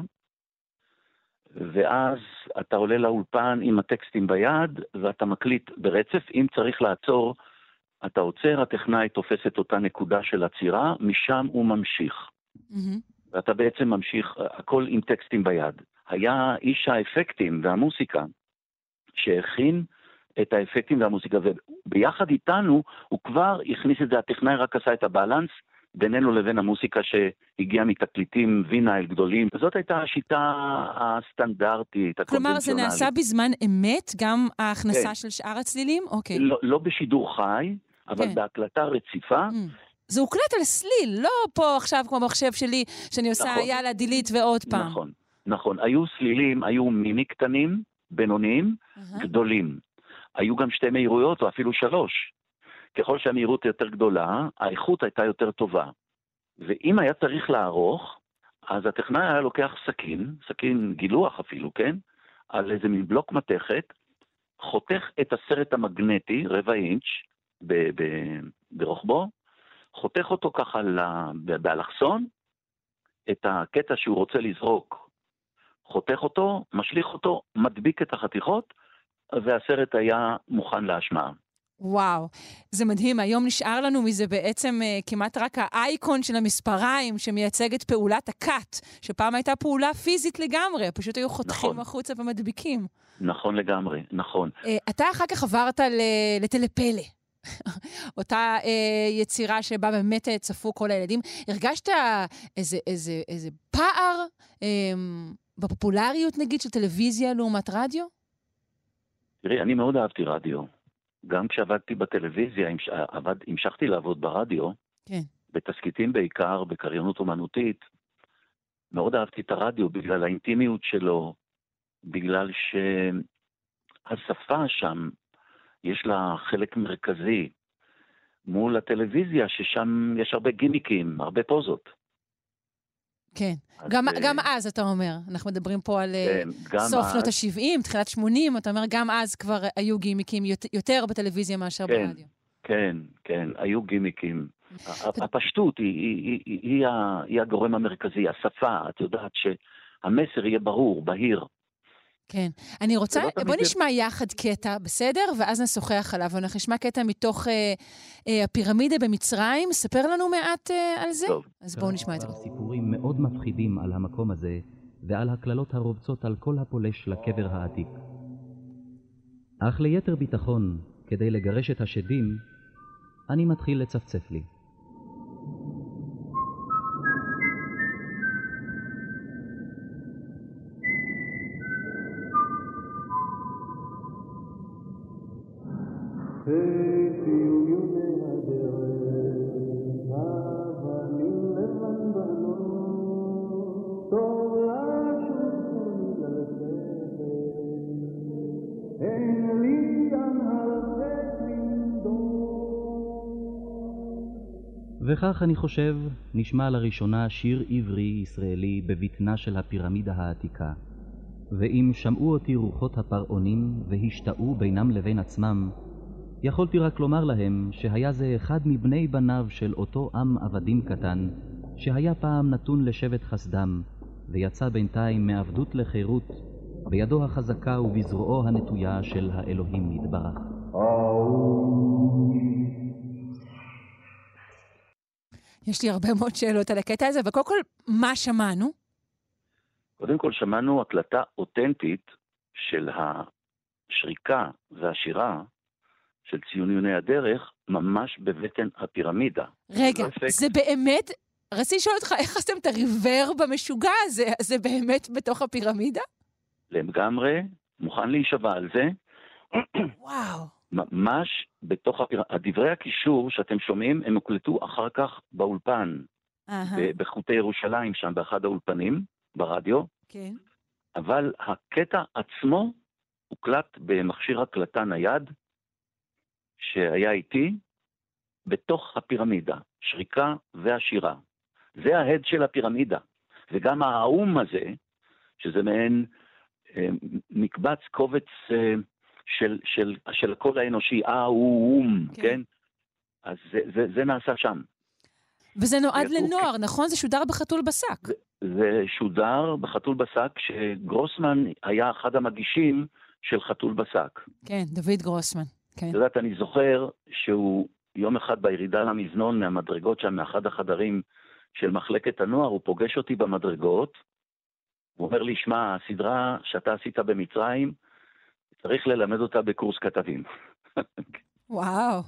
Speaker 14: ואז אתה עולה לאולפן עם הטקסטים ביד, ואתה מקליט ברצף. אם צריך לעצור, אתה עוצר, הטכנאי תופס את אותה נקודה של עצירה, משם הוא ממשיך. Mm-hmm. ואתה בעצם ממשיך, הכל עם טקסטים ביד. היה איש האפקטים והמוסיקה, שהכין את האפקטים והמוסיקה, וביחד איתנו הוא כבר הכניס את זה, הטכנאי רק עשה את הבאלנס, בינינו לבין המוסיקה שהגיעה מתקליטים וינייל גדולים. זאת הייתה השיטה הסטנדרטית, הקונבנציונלית.
Speaker 3: כלומר, זה נעשה בזמן אמת, גם ההכנסה כן. של שאר הצלילים? אוקיי.
Speaker 14: לא, לא בשידור חי, אבל כן. בהקלטה רציפה. Mm.
Speaker 3: זה הוקלט על סליל, לא פה עכשיו כמו במחשב שלי, שאני עושה נכון. יאללה דילית ועוד פעם.
Speaker 14: נכון, נכון. היו סלילים, היו מיני קטנים, בינוניים, uh-huh. גדולים. היו גם שתי מהירויות, או אפילו שלוש. ככל שהמהירות יותר גדולה, האיכות הייתה יותר טובה. ואם היה צריך לערוך, אז הטכנאי היה לוקח סכין, סכין גילוח אפילו, כן? על איזה מין בלוק מתכת, חותך את הסרט המגנטי, רבע אינץ' ב- ב- ברוחבו, חותך אותו ככה באלכסון, את הקטע שהוא רוצה לזרוק, חותך אותו, משליך אותו, מדביק את החתיכות, והסרט היה מוכן להשמעה.
Speaker 3: וואו, זה מדהים. היום נשאר לנו מזה בעצם uh, כמעט רק האייקון של המספריים שמייצג את פעולת הקאט, שפעם הייתה פעולה פיזית לגמרי, פשוט היו חותכים נכון. החוצה ומדביקים.
Speaker 14: נכון לגמרי, נכון.
Speaker 3: Uh, אתה אחר כך עברת ל- לטלפלא. אותה uh, יצירה שבה באמת צפו כל הילדים. הרגשת איזה, איזה, איזה פער um, בפופולריות נגיד של טלוויזיה לעומת רדיו?
Speaker 14: תראי, אני מאוד אהבתי רדיו. גם כשעבדתי בטלוויזיה, עבד, המשכתי לעבוד ברדיו,
Speaker 3: כן.
Speaker 14: בתסקיטים בעיקר, בקריינות אומנותית. מאוד אהבתי את הרדיו בגלל האינטימיות שלו, בגלל שהשפה שם, יש לה חלק מרכזי, מול הטלוויזיה, ששם יש הרבה גימיקים, הרבה פוזות.
Speaker 3: כן, גם, גם אז אתה אומר, אנחנו מדברים פה על כן, סוף אז... שנות ה-שבעים, תחילת שמונים, אתה אומר גם אז כבר היו גימיקים יותר בטלוויזיה מאשר
Speaker 14: כן,
Speaker 3: ברדיו.
Speaker 14: כן, כן, היו גימיקים. הפשטות היא, היא, היא, היא, היא הגורם המרכזי, השפה, את יודעת שהמסר יהיה ברור, בהיר.
Speaker 3: כן, אני רוצה, בוא נשמע יחד קטע, בסדר? ואז נשוחח עליו, ואנחנו נשמע קטע מתוך אה, אה, הפירמידה במצרים, ספר לנו מעט אה, על זה?
Speaker 14: טוב.
Speaker 3: אז בואו נשמע את זה.
Speaker 15: סיפורים מאוד מפחידים על המקום הזה, ועל הכללות הרובצות על כל הפולש לקבר העתיק. אך ליתר ביטחון, כדי לגרש את השדים, אני מתחיל לצפצף לי. וכך אני חושב נשמע לראשונה שיר עברי ישראלי בבטנה של הפירמידה העתיקה. ואם שמעו אותי רוחות הפרעונים והשתאו בינם לבין עצמם, יכולתי רק לומר להם שהיה זה אחד מבני בניו של אותו עם עבדים קטן, שהיה פעם נתון לשבט חסדם, ויצא בינתיים מעבדות לחירות, בידו החזקה ובזרועו הנטויה של האלוהים יתברך.
Speaker 3: יש לי הרבה מאוד שאלות על הקטע הזה, וקודם כל, מה שמענו?
Speaker 14: קודם כל שמענו הקלטה אותנטית של השריקה והשירה של ציוני הדרך, ממש בבטן הפירמידה.
Speaker 3: רגע, זה באמת, רציתי לשאול אותך, איך עשיתם את הריבר במשוגע הזה? זה באמת בתוך הפירמידה?
Speaker 14: לגמרי, מוכן להישבע על זה.
Speaker 3: וואו.
Speaker 14: ממש בתוך הדברי הקישור שאתם שומעים, הם הוקלטו אחר כך באולפן, בחוטי ירושלים שם, באחד האולפנים, ברדיו.
Speaker 3: כן.
Speaker 14: אבל הקטע עצמו הוקלט במכשיר הקלטה נייד, שהיה איתי, בתוך הפירמידה, שריקה והשירה. זה ההד של הפירמידה. וגם האום הזה, שזה מעין אה, מקבץ קובץ אה, של, של, של הקול האנושי, האום, כן. כן? אז זה, זה, זה נעשה שם.
Speaker 3: וזה נועד לנוער, נכון? זה שודר בחתול בשק.
Speaker 14: זה, זה שודר בחתול בשק, שגרוסמן היה אחד המגישים של חתול בשק.
Speaker 3: כן, דוד גרוסמן. כן.
Speaker 14: את יודעת, אני זוכר שהוא יום אחד בירידה למזנון מהמדרגות שם, מאחד החדרים של מחלקת הנוער, הוא פוגש אותי במדרגות, הוא אומר לי, שמע, הסדרה שאתה עשית במצרים, צריך ללמד אותה בקורס כתבים.
Speaker 3: וואו.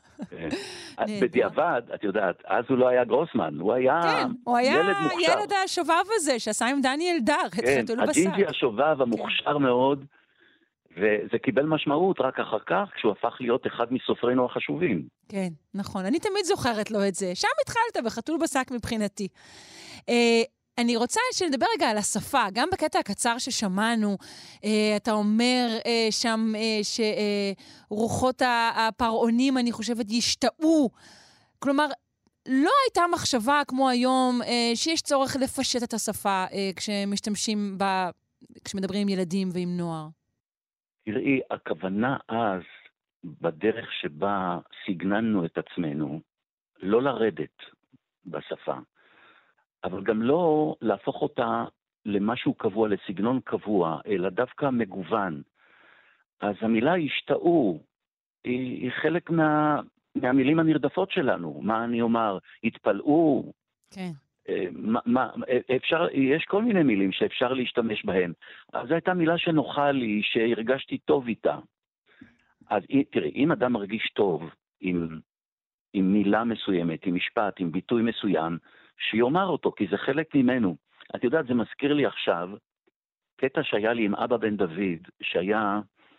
Speaker 14: בדיעבד, את יודעת, אז הוא לא היה גרוסמן, הוא היה
Speaker 3: כן, הוא היה
Speaker 14: ילד מוכשר.
Speaker 3: ילד השובב הזה, שעשה עם דני אלדר, את
Speaker 14: כן,
Speaker 3: חתול בשק.
Speaker 14: הג'ינג'י השובב המוכשר כן. מאוד, וזה קיבל משמעות רק אחר כך, כשהוא הפך להיות אחד מסופרינו החשובים.
Speaker 3: כן, נכון. אני תמיד זוכרת לו את זה. שם התחלת בחתול בשק מבחינתי. אה, אני רוצה שנדבר רגע על השפה. גם בקטע הקצר ששמענו, אה, אתה אומר אה, שם אה, שרוחות אה, הפרעונים, אני חושבת, ישתאו. כלומר, לא הייתה מחשבה כמו היום אה, שיש צורך לפשט את השפה אה, כשמשתמשים בה, כשמדברים עם ילדים ועם נוער.
Speaker 14: תראי, הכוונה אז, בדרך שבה סגננו את עצמנו, לא לרדת בשפה, אבל גם לא להפוך אותה למשהו קבוע, לסגנון קבוע, אלא דווקא מגוון. אז המילה השתאו, היא, היא חלק מה, מהמילים הנרדפות שלנו. מה אני אומר? התפלאו.
Speaker 3: כן.
Speaker 14: מה, מה, אפשר, יש כל מיני מילים שאפשר להשתמש בהן. אז זו הייתה מילה שנוחה לי, שהרגשתי טוב איתה. אז תראי, אם אדם מרגיש טוב עם, עם מילה מסוימת, עם משפט, עם ביטוי מסוים, שיאמר אותו, כי זה חלק ממנו. את יודעת, זה מזכיר לי עכשיו, קטע שהיה לי עם אבא בן דוד, שהיה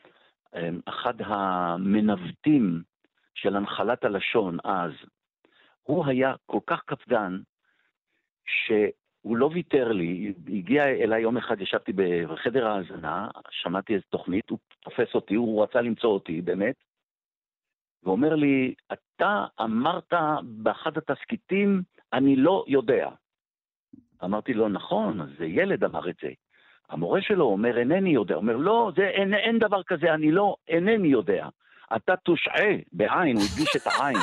Speaker 14: אחד המנווטים של הנחלת הלשון אז. הוא היה כל כך קפדן, שהוא לא ויתר לי, הגיע אליי יום אחד, ישבתי בחדר ההאזנה, שמעתי איזו תוכנית, הוא תופס אותי, הוא רצה למצוא אותי, באמת, ואומר לי, אתה אמרת באחד התסקיטים, אני לא יודע. אמרתי לו, נכון, אז זה ילד אמר את זה. המורה שלו אומר, אינני יודע. אומר, לא, זה, אין, אין דבר כזה, אני לא, אינני יודע. אתה תושעה בעין, הוא הדגיש את העין.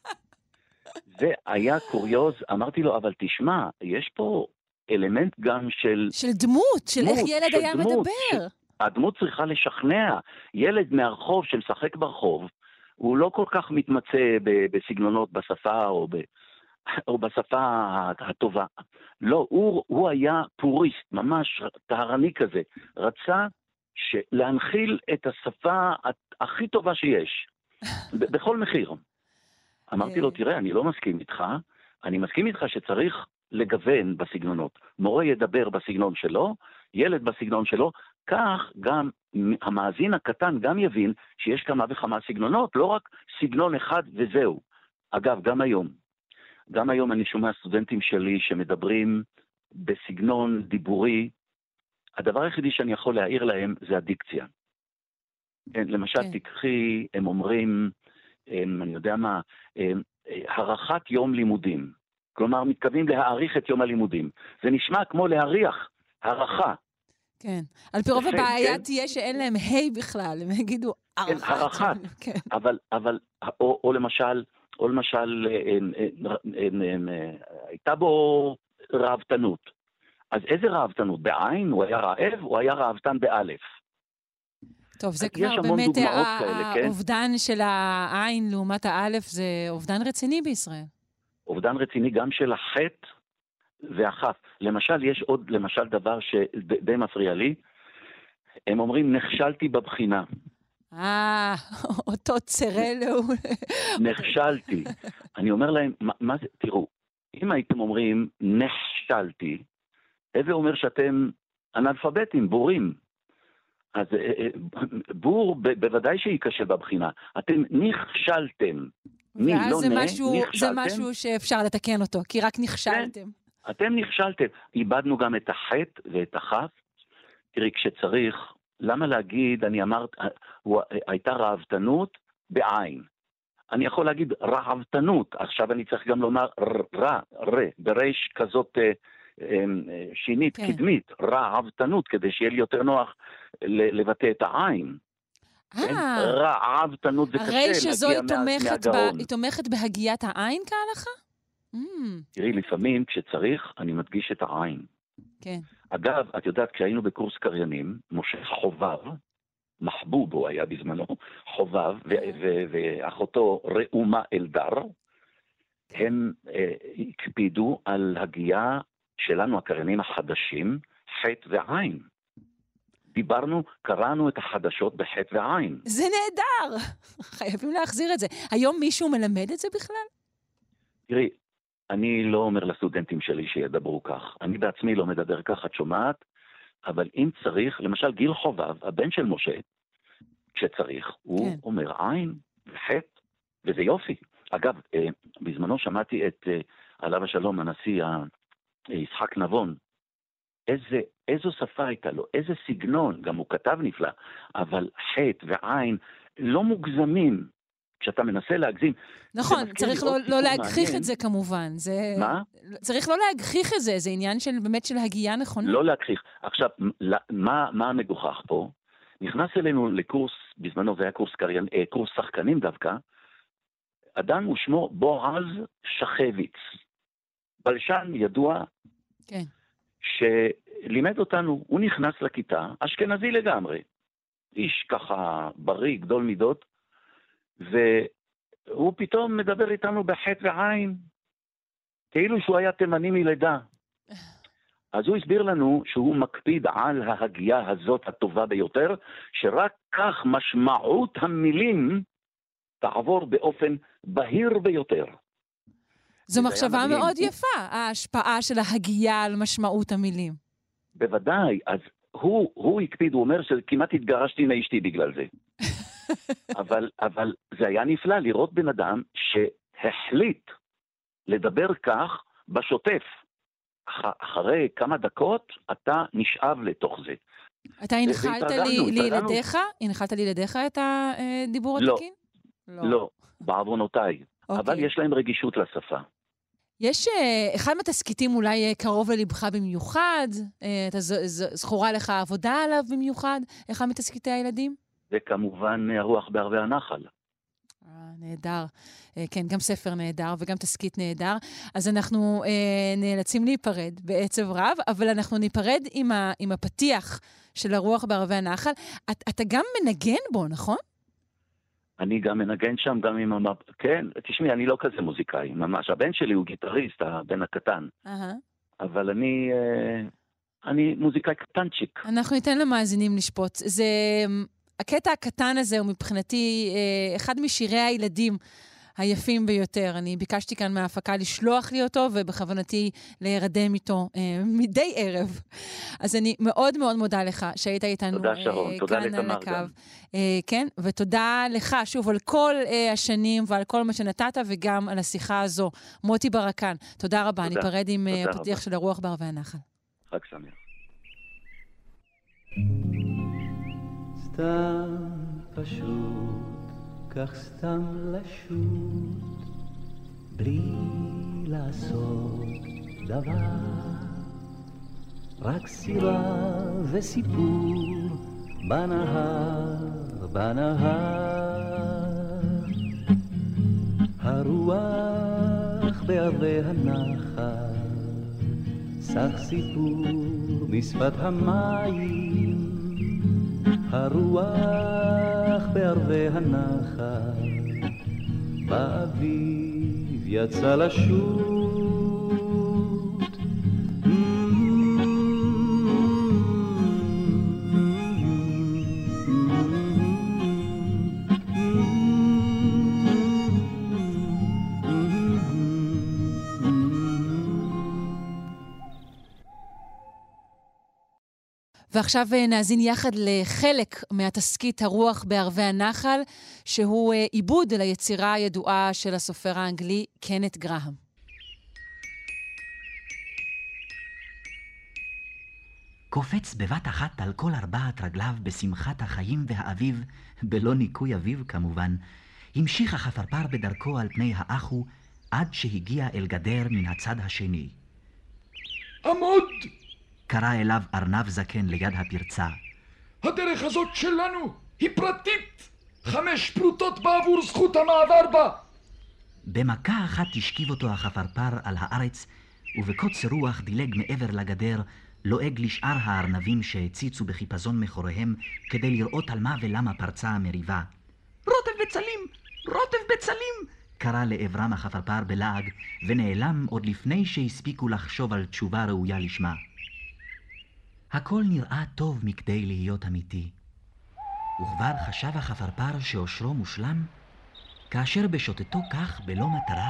Speaker 14: זה היה קוריוז, אמרתי לו, אבל תשמע, יש פה אלמנט גם של...
Speaker 3: של דמות, של
Speaker 14: דמות,
Speaker 3: איך ילד
Speaker 14: של
Speaker 3: היה
Speaker 14: דמות,
Speaker 3: מדבר.
Speaker 14: הדמות צריכה לשכנע. ילד מהרחוב שמשחק ברחוב, הוא לא כל כך מתמצא בסגנונות בשפה או, ב, או בשפה הטובה. לא, הוא, הוא היה פוריסט, ממש טהרני כזה. רצה להנחיל את השפה הכי טובה שיש, בכל מחיר. אמרתי לו, תראה, אני לא מסכים איתך, אני מסכים איתך שצריך לגוון בסגנונות. מורה ידבר בסגנון שלו, ילד בסגנון שלו, כך גם המאזין הקטן גם יבין שיש כמה וכמה סגנונות, לא רק סגנון אחד וזהו. אגב, גם היום, גם היום אני שומע סטודנטים שלי שמדברים בסגנון דיבורי, הדבר היחידי שאני יכול להעיר להם זה הדיקציה. למשל, כן. תקחי, הם אומרים, הם, אני יודע מה, הם, הרחת יום לימודים. כלומר, מתכוונים להאריך את יום הלימודים. זה נשמע כמו להאריך, הרחה.
Speaker 3: כן. על פי רוב הבעיה תהיה שאין להם היי בכלל, הם יגידו
Speaker 14: הרחת. הרחת. אבל, אבל, או, או למשל, או למשל, הייתה בו רעבתנות. אז איזה רעבתנות? בעין? הוא היה רעב? הוא היה רעבתן באלף.
Speaker 3: טוב, זה כבר באמת האובדן של העין לעומת האלף, זה אובדן רציני בישראל.
Speaker 14: אובדן רציני גם של החטא והחף. למשל, יש עוד, למשל, דבר שדי מפריע לי. הם אומרים, נכשלתי בבחינה.
Speaker 3: אה, אותו צרלו.
Speaker 14: נכשלתי. אני אומר להם, מה, מה זה? תראו, אם הייתם אומרים, נכשלתי, זה אומר שאתם אנאלפביתים, בורים. אז בור בוודאי שיקשה בבחינה. אתם נכשלתם.
Speaker 3: ואז זה משהו, זה משהו שאפשר לתקן אותו, כי רק נכשלתם.
Speaker 14: כן, אתם נכשלתם. איבדנו גם את החטא ואת החף. תראי, כשצריך, למה להגיד, אני אמרת, הייתה רעבתנות בעין. אני יכול להגיד רעבתנות, עכשיו אני צריך גם לומר רע, רע, ברש כזאת שינית, כן. קדמית, רעבתנות, כדי שיהיה לי יותר נוח לבטא את העין.
Speaker 3: אה,
Speaker 14: רעבתנות זה קשה,
Speaker 3: הרי שזו היא תומכת, ב, היא תומכת בהגיית העין כהלכה? Mm.
Speaker 14: תראי, לפעמים כשצריך, אני מדגיש את העין.
Speaker 3: כן.
Speaker 14: אגב, את יודעת, כשהיינו בקורס קריינים, משה חובב, מחבוב הוא היה בזמנו, חובב, ואחותו ראומה אלדר, הם הקפידו על הגייה שלנו, הקריינים החדשים, חטא ועין. דיברנו, קראנו את החדשות בחטא ועין.
Speaker 3: זה נהדר! חייבים להחזיר את זה. היום מישהו מלמד את זה בכלל?
Speaker 14: תראי, אני לא אומר לסטודנטים שלי שידברו כך. אני בעצמי לא מדבר כך, את שומעת, אבל אם צריך, למשל גיל חובב, הבן של משה, כשצריך, הוא כן. אומר עין וחטא, וזה יופי. אגב, בזמנו שמעתי את עליו השלום, הנשיא יצחק נבון, איזה, איזו שפה הייתה לו, איזה סגנון, גם הוא כתב נפלא, אבל חטא ועין לא מוגזמים, כשאתה מנסה להגזים.
Speaker 3: נכון, צריך לא, לא להגחיך מעניין. את זה כמובן. זה...
Speaker 14: מה?
Speaker 3: צריך לא להגחיך את זה, זה עניין של, באמת של הגייה נכונה.
Speaker 14: לא להגחיך. עכשיו, מה, מה המגוחך פה? נכנס אלינו לקורס, בזמנו זה היה קורס, קריין, קורס שחקנים דווקא, אדם ושמו בועז שחביץ, בלשן ידוע,
Speaker 3: כן.
Speaker 14: שלימד אותנו, הוא נכנס לכיתה, אשכנזי לגמרי, איש ככה בריא, גדול מידות, והוא פתאום מדבר איתנו בחטא ועין, כאילו שהוא היה תימני מלידה. אז הוא הסביר לנו שהוא מקפיד על ההגייה הזאת הטובה ביותר, שרק כך משמעות המילים תעבור באופן בהיר ביותר.
Speaker 3: זו מחשבה מאוד יפה, ההשפעה של ההגייה על משמעות המילים.
Speaker 14: בוודאי, אז הוא, הוא הקפיד, הוא אומר שכמעט התגרשתי מאשתי בגלל זה. אבל, אבל זה היה נפלא לראות בן אדם שהחליט לדבר כך בשוטף. אח, אחרי כמה דקות אתה נשאב לתוך זה.
Speaker 3: אתה הנחלת לילדיך? הנחלת לילדיך את הדיבור התקין?
Speaker 14: לא, לא, בעוונותיי. אבל יש להם רגישות לשפה.
Speaker 3: יש אחד מהתסקיטים אולי קרוב ללבך במיוחד? אתה זכורה לך עבודה עליו במיוחד? אחד מתסקיטי הילדים?
Speaker 14: וכמובן הרוח בערבי הנחל.
Speaker 3: נהדר. כן, גם ספר נהדר וגם תסקית נהדר. אז אנחנו אה, נאלצים להיפרד בעצב רב, אבל אנחנו ניפרד עם, ה, עם הפתיח של הרוח בערבי הנחל. את, אתה גם מנגן בו, נכון?
Speaker 14: אני גם מנגן שם, גם עם המפ... כן, תשמעי, אני לא כזה מוזיקאי, ממש. הבן שלי הוא גיטריסט, הבן הקטן.
Speaker 3: Uh-huh.
Speaker 14: אבל אני, אה, אני מוזיקאי קטנצ'יק.
Speaker 3: אנחנו ניתן למאזינים לשפוט. זה... הקטע הקטן הזה הוא מבחינתי אה, אחד משירי הילדים היפים ביותר. אני ביקשתי כאן מההפקה לשלוח לי אותו, ובכוונתי להירדם איתו אה, מדי ערב. אז אני מאוד מאוד מודה לך שהיית איתנו
Speaker 14: תודה, שרון.
Speaker 3: אה,
Speaker 14: תודה
Speaker 3: כאן על
Speaker 14: לתמר
Speaker 3: הקו.
Speaker 14: גם.
Speaker 3: אה, כן, ותודה לך שוב על כל אה, השנים ועל כל מה שנתת, וגם על השיחה הזו. מוטי ברקן, תודה רבה.
Speaker 14: תודה.
Speaker 3: ניפרד עם
Speaker 14: תודה
Speaker 3: הפתיח
Speaker 14: רבה.
Speaker 3: של הרוח בערבי הנחל.
Speaker 14: חג שמח.
Speaker 16: סתם פשוט, כך סתם לשוט, בלי לעשות דבר, רק סירה וסיפור בנהר, בנהר. הרוח בערבי הנחל, סך סיפור בשפת המים, הרוח בערבי הנחל, באביב יצא לשוט.
Speaker 3: ועכשיו נאזין יחד לחלק מהתסקית הרוח בערבי הנחל, שהוא עיבוד ליצירה הידועה של הסופר האנגלי קנת גרהם.
Speaker 17: קופץ בבת אחת על כל ארבעת רגליו בשמחת החיים והאביב, בלא ניקוי אביב כמובן, המשיך החפרפר בדרכו על פני האחו, עד שהגיע אל גדר מן הצד השני.
Speaker 18: עמוד!
Speaker 17: קרא אליו ארנב זקן ליד הפרצה.
Speaker 18: הדרך הזאת שלנו היא פרטית! חמש פרוטות בעבור זכות המעבר בה!
Speaker 17: במכה אחת השכיב אותו החפרפר על הארץ, ובקוצר רוח דילג מעבר לגדר, לועג לשאר הארנבים שהציצו בחיפזון מחוריהם כדי לראות על מה ולמה פרצה המריבה. רוטב בצלים! רוטב בצלים! קרא לעברם החפרפר בלעג, ונעלם עוד לפני שהספיקו לחשוב על תשובה ראויה לשמה. הכל נראה טוב מכדי להיות אמיתי. וכבר חשב החפרפר שאושרו מושלם, כאשר בשוטטו כך בלא מטרה,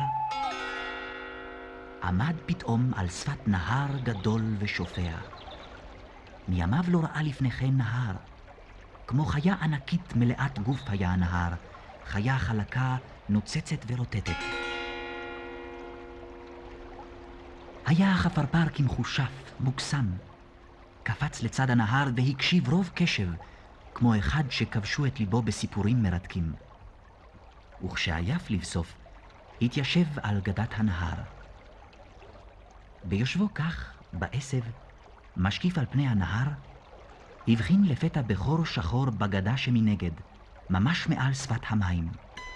Speaker 17: עמד פתאום על שפת נהר גדול ושופע. מימיו לא ראה לפני כן נהר. כמו חיה ענקית מלאת גוף היה הנהר, חיה חלקה, נוצצת ורוטטת. היה החפרפר כמחושף, מוקסם. קפץ לצד הנהר והקשיב רוב קשב, כמו אחד שכבשו את ליבו בסיפורים מרתקים. וכשעייף לבסוף, התיישב על גדת הנהר. ביושבו כך, בעשב, משקיף על פני הנהר, הבחין לפתע בחור שחור בגדה שמנגד, ממש מעל שפת המים.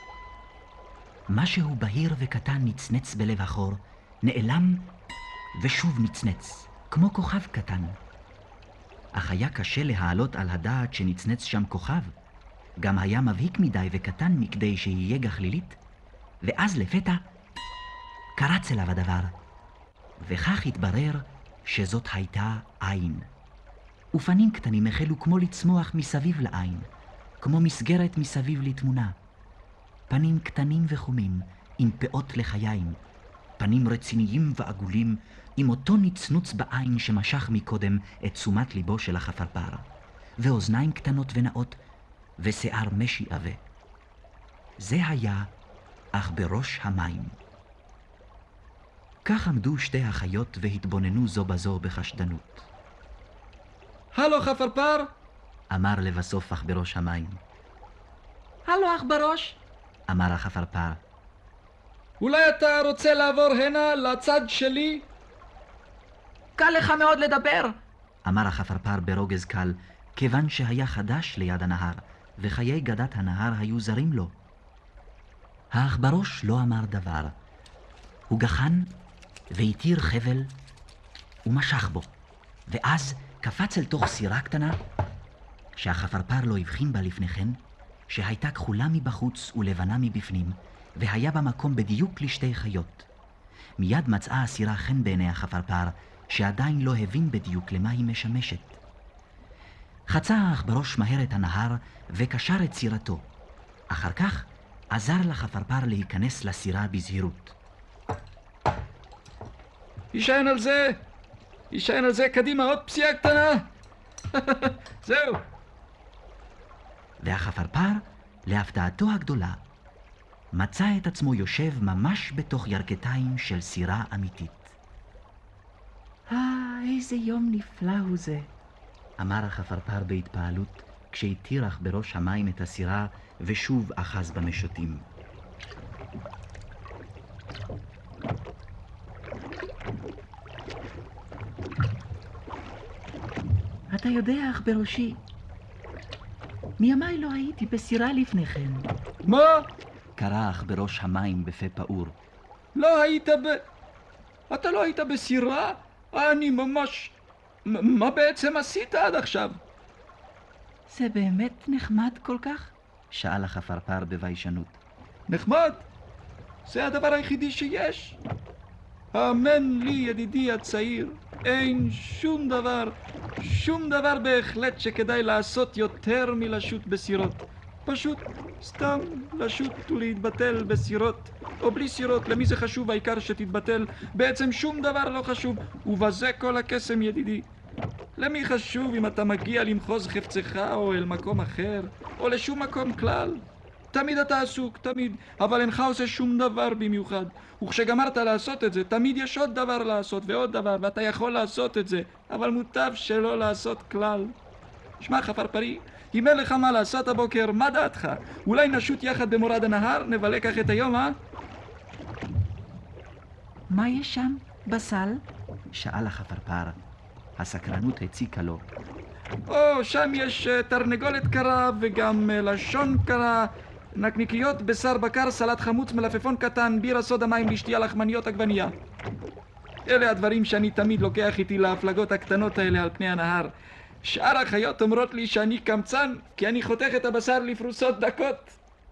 Speaker 17: משהו בהיר וקטן נצנץ בלב החור, נעלם ושוב נצנץ, כמו כוכב קטן. אך היה קשה להעלות על הדעת שנצנץ שם כוכב, גם היה מבהיק מדי וקטן מכדי שיהיה גחלילית, ואז לפתע קרץ אליו הדבר, וכך התברר שזאת הייתה עין. ופנים קטנים החלו כמו לצמוח מסביב לעין, כמו מסגרת מסביב לתמונה. פנים קטנים וחומים, עם פאות לחיים, פנים רציניים ועגולים, עם אותו נצנוץ בעין שמשך מקודם את תשומת ליבו של החפרפר, ואוזניים קטנות ונאות, ושיער משי עבה. זה היה אך בראש המים. כך עמדו שתי החיות והתבוננו זו בזו בחשדנות.
Speaker 18: הלו חפרפר!
Speaker 17: אמר לבסוף אך בראש המים.
Speaker 18: הלו אך בראש!
Speaker 17: אמר החפרפר.
Speaker 18: אולי אתה רוצה לעבור הנה לצד שלי?
Speaker 17: קל לך מאוד לדבר! אמר החפרפר ברוגז קל, כיוון שהיה חדש ליד הנהר, וחיי גדת הנהר היו זרים לו. האח בראש לא אמר דבר. הוא גחן והתיר חבל ומשך בו, ואז קפץ אל תוך סירה קטנה, שהחפרפר לא הבחין בה לפני כן, שהייתה כחולה מבחוץ ולבנה מבפנים, והיה במקום בדיוק לשתי חיות. מיד מצאה הסירה חן בעיני החפרפר, שעדיין לא הבין בדיוק למה היא משמשת. חצה האח בראש מהר את הנהר וקשר את סירתו. אחר כך עזר לחפרפר להיכנס לסירה בזהירות.
Speaker 18: ישען על זה! ישען על זה קדימה עוד פסיעה קטנה! זהו!
Speaker 17: והחפרפר, להפתעתו הגדולה, מצא את עצמו יושב ממש בתוך ירכתיים של סירה אמיתית. אה, איזה יום נפלא הוא זה, אמר החפרפר בהתפעלות, כשהתירח בראש המים את הסירה ושוב אחז במשוטים. אתה יודע, אך בראשי, מימיי לא הייתי בסירה לפני כן.
Speaker 18: מה?
Speaker 17: קרא אך בראש המים בפה פעור.
Speaker 18: לא היית ב... אתה לא היית בסירה? אני ממש... מה בעצם עשית עד עכשיו?
Speaker 17: זה באמת נחמד כל כך? שאל החפרפר בביישנות.
Speaker 18: נחמד? זה הדבר היחידי שיש. האמן לי ידידי הצעיר, אין שום דבר, שום דבר בהחלט שכדאי לעשות יותר מלשוט בסירות. פשוט סתם לשוט ולהתבטל בסירות, או בלי סירות, למי זה חשוב? העיקר שתתבטל. בעצם שום דבר לא חשוב, ובזה כל הקסם ידידי. למי חשוב אם אתה מגיע למחוז חפצך או אל מקום אחר, או לשום מקום כלל? תמיד אתה עסוק, תמיד, אבל אינך עושה שום דבר במיוחד. וכשגמרת לעשות את זה, תמיד יש עוד דבר לעשות ועוד דבר, ואתה יכול לעשות את זה, אבל מוטב שלא לעשות כלל. שמע חפרפרי, אם אין לך מה לעשות הבוקר, מה דעתך? אולי נשוט יחד במורד הנהר, נבלה כך את היום, אה?
Speaker 17: מה יש שם, בסל? שאל החפרפר. הסקרנות הציקה לו.
Speaker 18: או, שם יש uh, תרנגולת קרה וגם uh, לשון קרה, נקניקיות, בשר בקר, סלט חמוץ, מלפפון קטן, בירה, סודה, מים לשתייה, לחמניות, עגבנייה. אלה הדברים שאני תמיד לוקח איתי להפלגות הקטנות האלה על פני הנהר. שאר החיות אומרות לי שאני קמצן, כי אני חותך את הבשר לפרוסות דקות.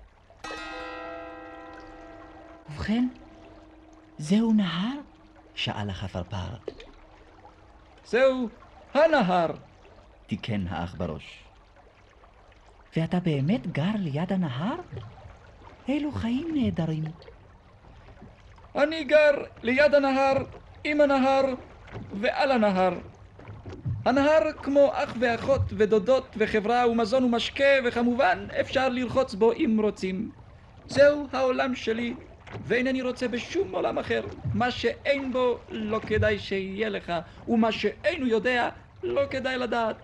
Speaker 17: ובכן, זהו נהר? שאל החפרפר.
Speaker 18: זהו הנהר.
Speaker 17: תיקן האח בראש. ואתה באמת גר ליד הנהר? אילו חיים נהדרים.
Speaker 18: אני גר ליד הנהר, עם הנהר ועל הנהר. הנהר כמו אח ואחות ודודות וחברה ומזון ומשקה, וכמובן אפשר לרחוץ בו אם רוצים. זהו העולם שלי, ואינני רוצה בשום עולם אחר. מה שאין בו לא כדאי שיהיה לך, ומה שאינו יודע לא כדאי לדעת.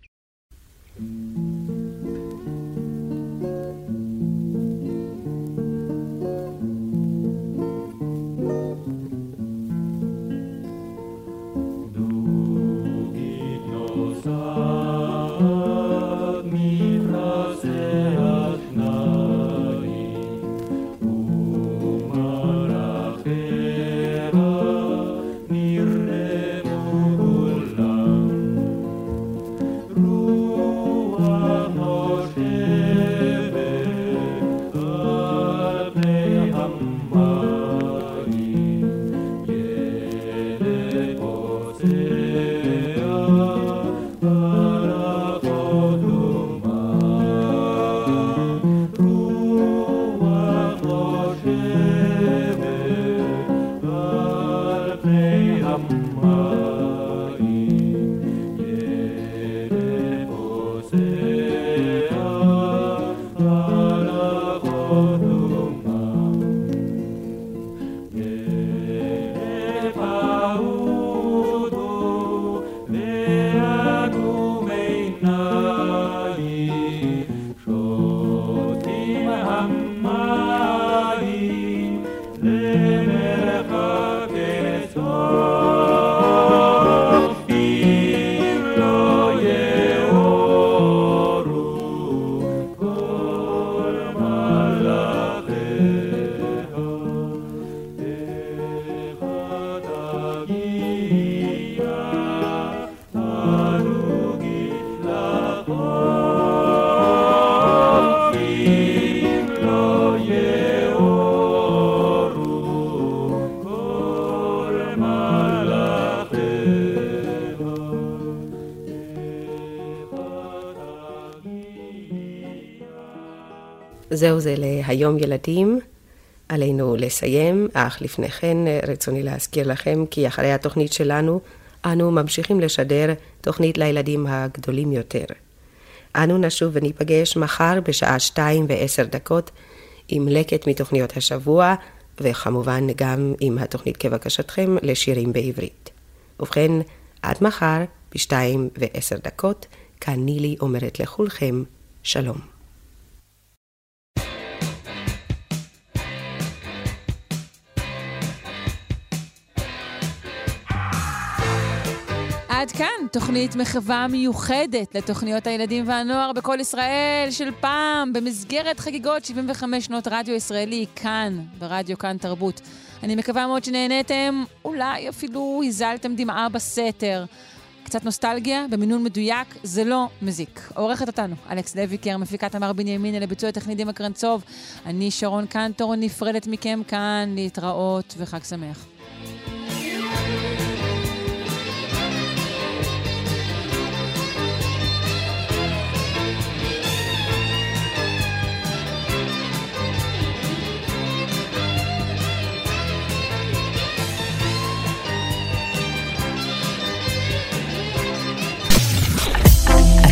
Speaker 19: זהו זה להיום ילדים, עלינו לסיים, אך לפני כן רצוני להזכיר לכם כי אחרי התוכנית שלנו, אנו ממשיכים לשדר תוכנית לילדים הגדולים יותר. אנו נשוב וניפגש מחר בשעה שתיים ועשר דקות עם לקט מתוכניות השבוע, וכמובן גם עם התוכנית כבקשתכם לשירים בעברית. ובכן, עד מחר בשתיים ועשר דקות, כאן נילי אומרת לכולכם שלום.
Speaker 3: עד כאן תוכנית מחווה מיוחדת לתוכניות הילדים והנוער בכל ישראל של פעם, במסגרת חגיגות שבעים וחמש שנות רדיו ישראלי כאן, ברדיו כאן תרבות. אני מקווה מאוד שנהניתם, אולי אפילו הזלתם דמעה בסתר. קצת נוסטלגיה, במינון מדויק, זה לא מזיק. עורכת אותנו, אלכס לויקר, מפיקת אמר בנימין, אלה ביצוע טכנית דימה קרנצוב. אני שרון קנטור, נפרדת מכם כאן, להתראות וחג שמח.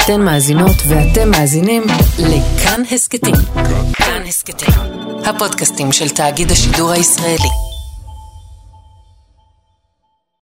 Speaker 1: אתן מאזינות ואתם מאזינים לכאן הסקטים. כאן הסקטים, הפודקאסטים של תאגיד השידור הישראלי.